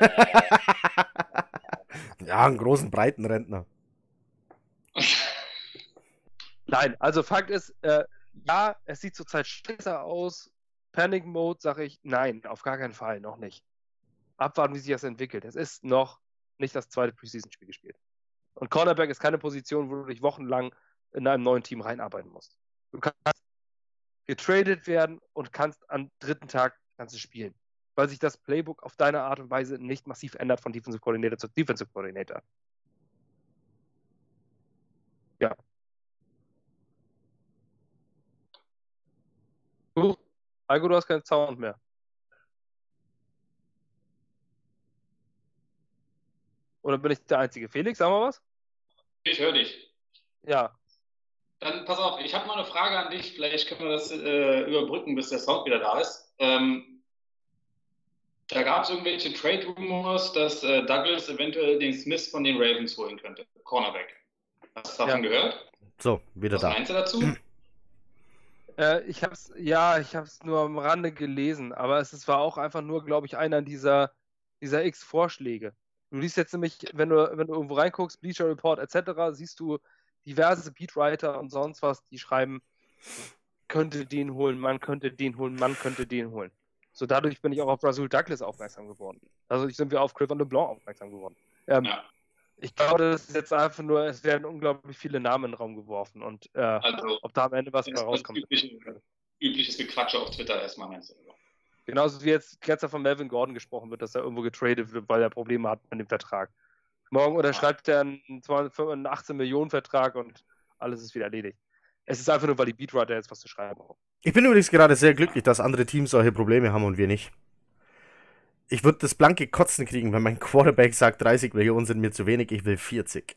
ja, einen großen, breiten Rentner. Nein, also Fakt ist, äh, ja, es sieht zurzeit besser aus. Panic Mode sage ich, nein, auf gar keinen Fall, noch nicht. Abwarten, wie sich das entwickelt. Es ist noch nicht das zweite Preseason-Spiel gespielt. Und Cornerback ist keine Position, wo du dich wochenlang in einem neuen Team reinarbeiten musst. Du kannst getradet werden und kannst am dritten Tag kannst du spielen. Weil sich das Playbook auf deine Art und Weise nicht massiv ändert von Defensive Coordinator zu Defensive Coordinator. Ja. Uh, Algo, du hast keinen Sound mehr. Oder bin ich der Einzige? Felix, sag mal was? Ich höre dich. Ja. Dann pass auf, ich habe mal eine Frage an dich. Vielleicht können wir das äh, überbrücken, bis der Sound wieder da ist. Ähm, da gab es irgendwelche Trade-Rumors, dass äh, Douglas eventuell den Smith von den Ravens holen könnte. Cornerback. Hast du davon Ja. gehört? So, wieder Was da. meinst du dazu? Äh, ich hab's, ja, ich habe es nur am Rande gelesen, aber es, es war auch einfach nur, glaube ich, einer dieser, dieser X Vorschläge. Du liest jetzt nämlich, wenn du, wenn du irgendwo reinguckst, Bleacher Report et cetera, siehst du diverse Beatwriter und sonst was, die schreiben, könnte den holen, man könnte den holen, man könnte den holen. So dadurch bin ich auch auf Rasul Douglas aufmerksam geworden. Also sind wir auf Crevon LeBlanc aufmerksam geworden. Ähm, Ja. Ich glaube, das ist jetzt einfach nur, es werden unglaublich viele Namen in den Raum geworfen und äh, Also, ob da am Ende was das bei ist rauskommt. übliche, übliches Gequatsche auf Twitter erstmal, meinst du? Genauso wie jetzt gestern von Melvin Gordon gesprochen wird, dass er irgendwo getradet wird, weil er Probleme hat mit dem Vertrag. Morgen unterschreibt er einen, einen achtzehn Millionen Vertrag und alles ist wieder erledigt. Es ist einfach nur, weil die Beatwriter jetzt was zu schreiben haben. Ich bin übrigens gerade sehr glücklich, dass andere Teams solche Probleme haben und wir nicht. Ich würde das blanke Kotzen kriegen, wenn mein Quarterback sagt, dreißig Millionen sind mir zu wenig, ich will vierzig.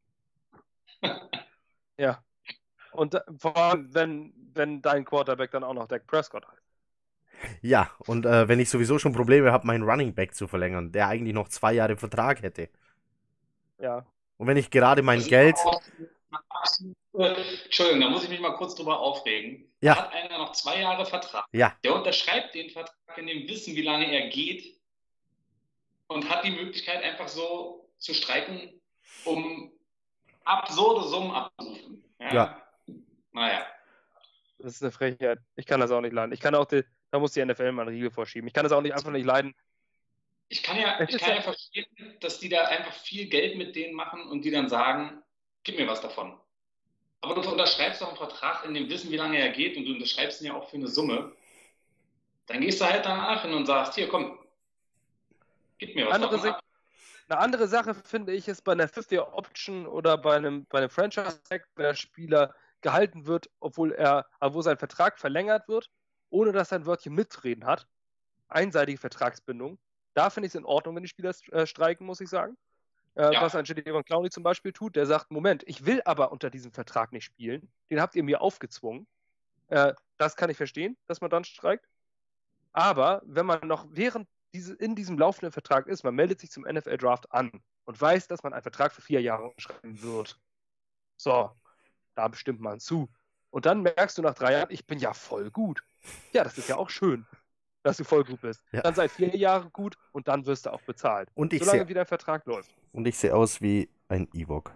Ja. Und äh, vor allem, wenn, wenn dein Quarterback dann auch noch Dak Prescott heißt. Ja, und äh, wenn ich sowieso schon Probleme habe, meinen Running Back zu verlängern, der eigentlich noch zwei Jahre Vertrag hätte. Ja. Und wenn ich gerade mein Das ist Geld, auch Entschuldigung, da muss ich mich mal kurz drüber aufregen. Ja. Da hat einer noch zwei Jahre Vertrag. Ja. Der unterschreibt den Vertrag in dem Wissen, wie lange er geht und hat die Möglichkeit, einfach so zu streiken, um absurde Summen abzurufen. Ja. Ja. Naja. Das ist eine Frechheit. Ich kann das auch nicht leiden. Ich kann auch, die, da muss die N F L mal einen Riegel vorschieben. Ich kann das auch nicht einfach nicht leiden. Ich kann ja, ich kann ja verstehen, dass die da einfach viel Geld mit denen machen und die dann sagen, gib mir was davon. Aber du unterschreibst doch einen Vertrag in dem Wissen, wie lange er geht, und du unterschreibst ihn ja auch für eine Summe. Dann gehst du halt danach hin und sagst, hier, komm, gib mir was Andere davon ab. Eine andere Sache, finde ich, ist bei einer Fifth-Year-Option oder bei einem, bei einem Franchise-Tag, wenn der Spieler gehalten wird, obwohl er, obwohl sein Vertrag verlängert wird, ohne dass er ein Wörtchen mitreden hat. Einseitige Vertragsbindung. Da finde ich es in Ordnung, wenn die Spieler äh, streiken, muss ich sagen. Äh, Ja. Was ein Jadavion Clowney zum Beispiel tut, der sagt, Moment, ich will aber unter diesem Vertrag nicht spielen. Den habt ihr mir aufgezwungen. Äh, das kann ich verstehen, dass man dann streikt. Aber wenn man noch während diese, in diesem laufenden Vertrag ist, man meldet sich zum N F L-Draft an und weiß, dass man einen Vertrag für vier Jahre unterschreiben wird. So, da bestimmt man zu. Und dann merkst du nach drei Jahren, ich bin ja voll gut. Ja, das ist ja auch schön, dass du voll gut bist. Ja. Dann sei vier Jahre gut und dann wirst du auch bezahlt. Und ich solange sehe wie dein Vertrag läuft. und ich sehe aus wie ein Ewok.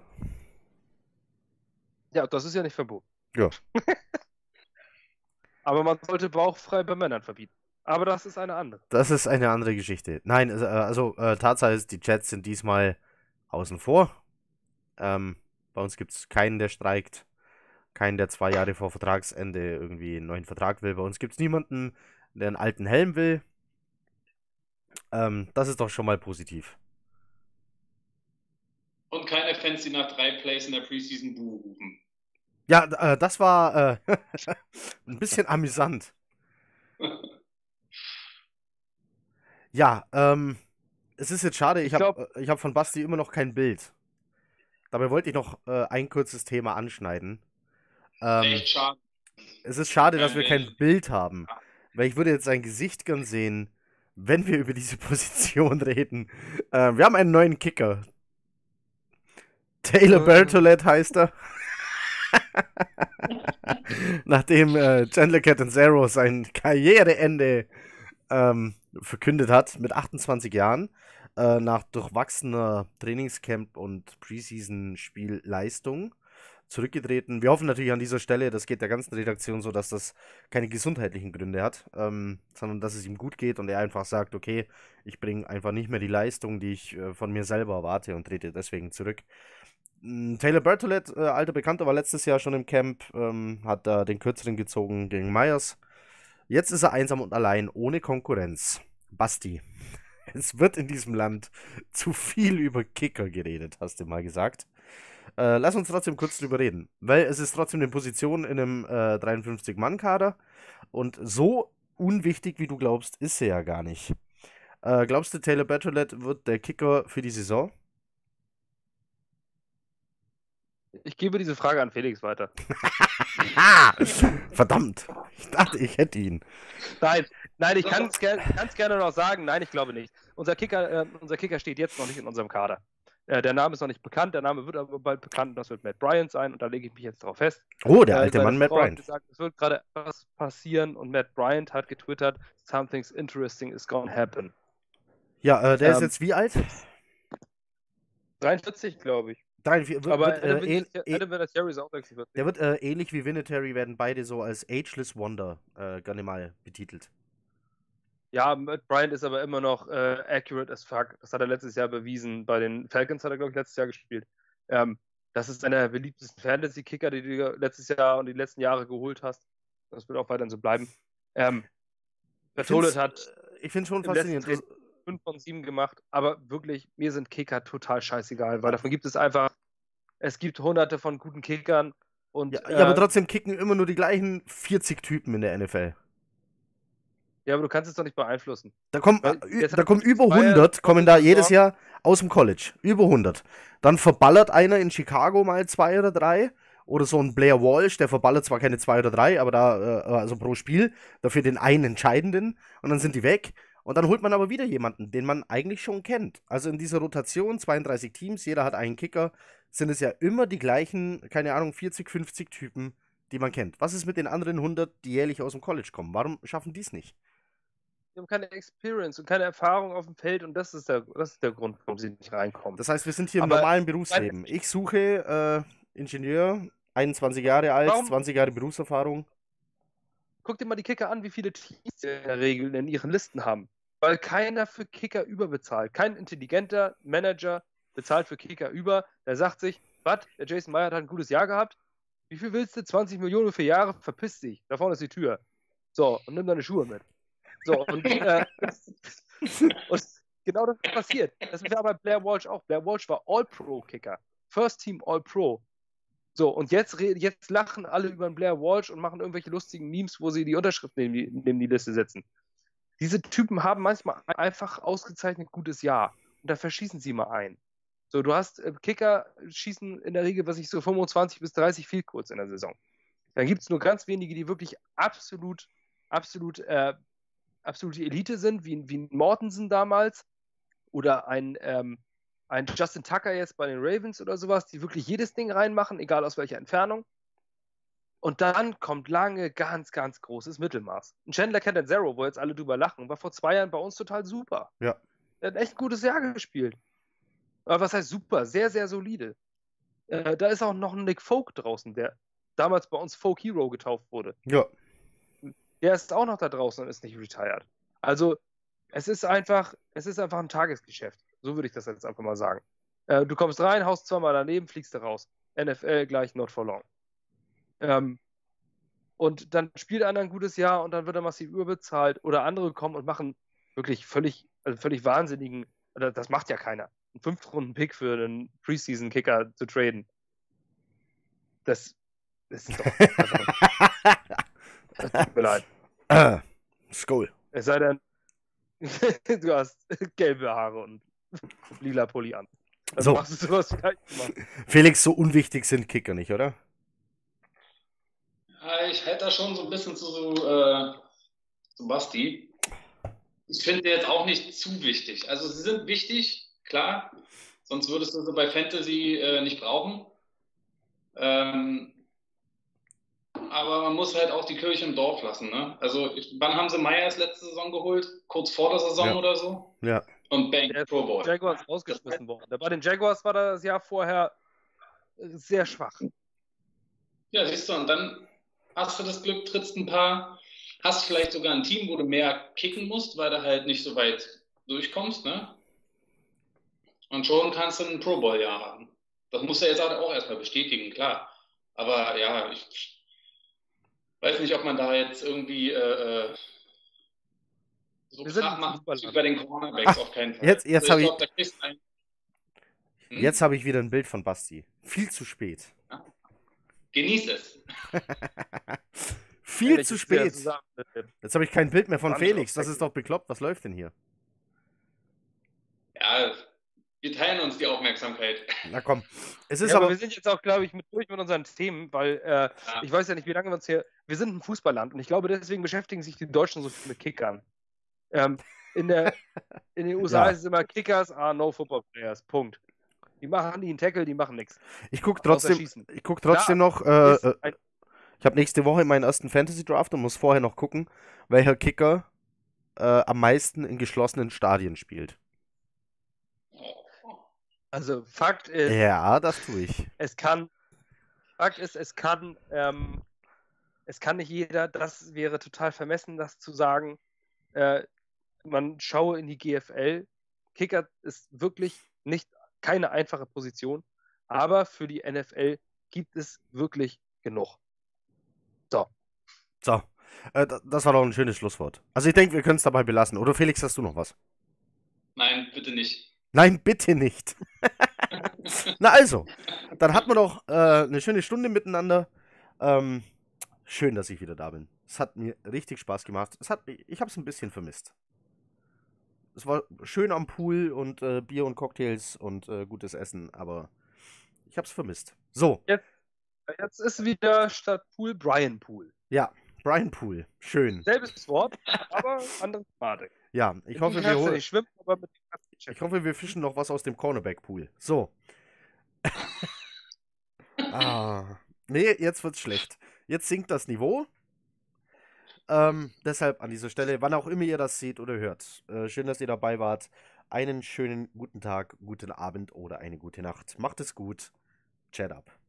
Ja, das ist ja nicht verboten. Ja. Aber man sollte bauchfrei bei Männern verbieten. Aber das ist eine andere. Das ist eine andere Geschichte. Nein, also, also äh, Tatsache ist, die Jets sind diesmal außen vor. Ähm, bei uns gibt es keinen, der streikt. Keinen, der zwei Jahre vor Vertragsende irgendwie einen neuen Vertrag will. Bei uns gibt es niemanden, der einen alten Helm will. Ähm, das ist doch schon mal positiv. Und keine Fans, die nach drei Plays in der Preseason Buh rufen. Ja, äh, das war äh, ein bisschen amüsant. Ja, ähm, es ist jetzt schade, ich Ich habe ich hab von Basti immer noch kein Bild. Dabei wollte ich noch äh, ein kurzes Thema anschneiden. Ähm, Echt schade. es ist schade, dass wir kein Bild. Bild haben. Weil ich würde jetzt sein Gesicht gern sehen, wenn wir über diese Position reden. Äh, wir haben einen neuen Kicker. Taylor Mhm. Bertolet heißt er. Nachdem äh, Chandler Catanzaro sein Karriereende ähm, verkündet hat, mit achtundzwanzig Jahren, äh, nach durchwachsener Trainingscamp- und Preseason-Spielleistung zurückgetreten. Wir hoffen natürlich an dieser Stelle, das geht der ganzen Redaktion so, dass das keine gesundheitlichen Gründe hat, ähm, sondern dass es ihm gut geht und er einfach sagt, okay, ich bringe einfach nicht mehr die Leistung, die ich äh, von mir selber erwarte, und trete deswegen zurück. Mm, Taylor Bertolet, äh, alter Bekannter, war letztes Jahr schon im Camp, ähm, hat da den Kürzeren gezogen gegen Myers. Jetzt ist er einsam und allein, ohne Konkurrenz. Basti, es wird in diesem Land zu viel über Kicker geredet, hast du mal gesagt. Äh, lass uns trotzdem kurz drüber reden, weil es ist trotzdem eine Position in einem äh, dreiundfünfzig-Mann-Kader und so unwichtig, wie du glaubst, ist sie ja gar nicht. Äh, glaubst du, Taylor Bertolet wird der Kicker für die Saison? Ich gebe diese Frage an Felix weiter. Verdammt, ich dachte, ich hätte ihn. Nein, nein, ich kann es ger gerne noch sagen. Nein, ich glaube nicht. Unser Kicker, äh, unser Kicker steht jetzt noch nicht in unserem Kader. Äh, der Name ist noch nicht bekannt, der Name wird aber bald bekannt und das wird Matt Bryant sein und da lege ich mich jetzt drauf fest. Oh, der Äh, alte seine Mann Matt Frau hat Bryant. gesagt, es wird gerade etwas passieren und Matt Bryant hat getwittert, something's interesting is gonna happen. Ja, äh, der ist Ähm, jetzt wie alt? dreiundvierzig, glaube ich. dreiundvierzig, wird, Aber wird, Adam äh, ähn- äh- Adam Vinatieri ist auch sechsundvierzig. der wird äh, ähnlich wie Vinatieri, werden beide so als Ageless Wonder äh, gerne mal betitelt. Ja, Matt Bryant ist aber immer noch äh, accurate as fuck. Das hat er letztes Jahr bewiesen. Bei den Falcons hat er, glaube ich, letztes Jahr gespielt. Ähm, das ist einer der beliebtesten Fantasy-Kicker, die du letztes Jahr und die letzten Jahre geholt hast. Das wird auch weiterhin so bleiben. Ähm, Bertolet hat Ich finde schon im letzten faszinierend. Training fünf von sieben gemacht, aber wirklich, mir sind Kicker total scheißegal, weil davon gibt es einfach, es gibt hunderte von guten Kickern und Ja, äh, ja, aber trotzdem kicken immer nur die gleichen vierzig Typen in der N F L. ja, aber du kannst es doch nicht beeinflussen. Da kommen, Weil äh, ü- jetzt da hat kommen über Bayer hundert, kommen da Saison- jedes Jahr aus dem College. Über hundert. Dann verballert einer in Chicago mal zwei oder drei. Oder so ein Blair Walsh, der verballert zwar keine zwei oder drei, aber da, äh, also pro Spiel, dafür den einen entscheidenden. Und dann sind die weg. Und dann holt man aber wieder jemanden, den man eigentlich schon kennt. Also in dieser Rotation, zweiunddreißig Teams, jeder hat einen Kicker, sind es ja immer die gleichen, keine Ahnung, vierzig, fünfzig Typen, die man kennt. Was ist mit den anderen hundert, die jährlich aus dem College kommen? Warum schaffen die es nicht? Die haben keine Experience und keine Erfahrung auf dem Feld und das ist der, das ist der Grund, warum sie nicht reinkommen. Das heißt, wir sind hier im Aber- normalen Berufsleben. Ich suche äh, Ingenieur, einundzwanzig Jahre alt, Warum- zwanzig Jahre Berufserfahrung. Guck dir mal die Kicker an, wie viele Teams sie in der Regel in ihren Listen haben. Weil keiner für Kicker überbezahlt. Kein intelligenter Manager bezahlt für Kicker über. Der sagt sich, was, der Jason Meyer hat ein gutes Jahr gehabt. Wie viel willst du? zwanzig Millionen für Jahre? Verpiss dich. Da vorne ist die Tür. So, und nimm deine Schuhe mit. So, und, äh, und genau das ist passiert. Das war bei Blair Walsh auch. Blair Walsh war All-Pro-Kicker. First Team All-Pro. So, und jetzt, re- jetzt lachen alle über den Blair Walsh und machen irgendwelche lustigen Memes, wo sie die Unterschrift neben die, neben die Liste setzen. Diese Typen haben manchmal einfach ausgezeichnet gutes Jahr. Und da verschießen sie mal ein. So, du hast äh, Kicker schießen in der Regel, was ich so fünfundzwanzig bis dreißig Field Goals in der Saison. Dann gibt es nur ganz wenige, die wirklich absolut, absolut, äh, absolute Elite sind, wie, wie Mortensen damals oder ein, ähm, ein Justin Tucker jetzt bei den Ravens oder sowas, die wirklich jedes Ding reinmachen, egal aus welcher Entfernung. Und dann kommt lange ganz, ganz großes Mittelmaß. Ein Chandler Catanzaro, wo jetzt alle drüber lachen, war vor zwei Jahren bei uns total super. Ja. Er hat echt ein gutes Jahr gespielt. Aber was heißt super? Sehr, sehr solide. Äh, da ist auch noch ein Nick Folk draußen, der damals bei uns Folk Hero getauft wurde. Ja. Der ist auch noch da draußen und ist nicht retired. Also, es ist einfach, es ist einfach ein Tagesgeschäft. So würde ich das jetzt einfach mal sagen. Äh, du kommst rein, haust zweimal daneben, fliegst du raus. N F L gleich not for long. Ähm, und dann spielt einer ein gutes Jahr und dann wird er massiv überbezahlt oder andere kommen und machen wirklich völlig, also völlig wahnsinnigen, oder das macht ja keiner, einen Fünf-Runden-Pick für einen Preseason-Kicker zu traden. Das, das ist doch einfach, das tut mir leid. Äh, Skull. Es sei denn, du hast gelbe Haare und lila Pulli an. Also So. machst du sowas vielleicht immer. Felix, so unwichtig sind Kicker nicht, oder? Ja, ich halte da schon so ein bisschen zu, so, äh, zu Basti. Ich finde jetzt auch nicht zu wichtig. Also sie sind wichtig, klar. Sonst würdest du sie bei Fantasy äh, nicht brauchen. Ähm, aber man muss halt auch die Kirche im Dorf lassen. Ne? Also ich, wann haben sie Meyers letzte Saison geholt? Kurz vor der Saison Ja. oder so? Ja. Und bang, Der ist Pro von Bowl. den Jaguars rausgeschmissen worden. Bei den Jaguars war das Jahr vorher äh, sehr schwach. Ja, siehst du, und dann hast du das Glück, trittst ein paar, hast vielleicht sogar ein Team, wo du mehr kicken musst, weil du halt nicht so weit durchkommst, ne? Und schon kannst du ein Pro Bowl-Jahr haben. Das muss er jetzt auch erstmal bestätigen, klar. Aber ja, ich weiß nicht, ob man da jetzt irgendwie äh, so Wir sind Krach ein macht Fußballland. über den Cornerbacks auf keinen Fall. Jetzt- jetzt Also hab ich- glaub, da kriegst du einen- Hm? Jetzt habe ich wieder ein Bild von Basti. Viel zu spät. Genieß es. Viel Ehrlich, zu ich sehe das spät. zusammen mit dem. Jetzt habe ich kein Bild mehr von Mannschaft Felix. Das ist doch bekloppt. Was läuft denn hier? Ja, wir teilen uns die Aufmerksamkeit. Na komm. Es ist Ja, aber aber. wir sind jetzt auch, glaube ich, mit durch mit unseren Themen, weil äh, Ja. ich weiß ja nicht, wie lange wir uns hier. Wir sind ein Fußballland und ich glaube, deswegen beschäftigen sich die Deutschen so viel mit Kickern. Ähm, in, der, in den U S A Ja. ist es immer Kickers are no football players. Punkt. Die machen nie einen Tackle, die machen nichts. Ich gucke Außer trotzdem, schießen. ich guck trotzdem Ja, noch. Äh, Ist äh, ein, ich habe nächste Woche meinen ersten Fantasy Draft und muss vorher noch gucken, welcher Kicker äh, am meisten in geschlossenen Stadien spielt. also Fakt ist, Ja, das tue ich. es kann, Fakt ist, es kann, ähm, es kann nicht jeder, das wäre total vermessen, das zu sagen. Äh, man schaue in die G F L. Kicker ist wirklich nicht keine einfache Position, aber für die N F L gibt es wirklich genug. So. So. Äh, da- das war doch ein schönes Schlusswort. Also ich denke, wir können es dabei belassen. Oder Felix, hast du noch was? Nein, bitte nicht. Nein, bitte nicht. Na also, dann hatten wir doch äh, eine schöne Stunde miteinander. Ähm, schön, dass ich wieder da bin. Es hat mir richtig Spaß gemacht. Es hat, ich habe es ein bisschen vermisst. Es war schön am Pool und äh, Bier und Cocktails und äh, gutes Essen, aber ich habe es vermisst. So, Jetzt ist wieder statt Pool Brian Pool. ja, Brian Pool. Schön. Selbes Wort, aber andere Thematik. Ja, ich hoffe, wir holen. Ich schwimme aber mit Ich hoffe, wir fischen noch was aus dem Cornerback-Pool. So. ah. Nee, jetzt wird's schlecht. Jetzt sinkt das Niveau. Ähm, deshalb an dieser Stelle, wann auch immer ihr das seht oder hört, äh, schön, dass ihr dabei wart. Einen schönen guten Tag, guten Abend oder eine gute Nacht. Macht es gut. Chat up.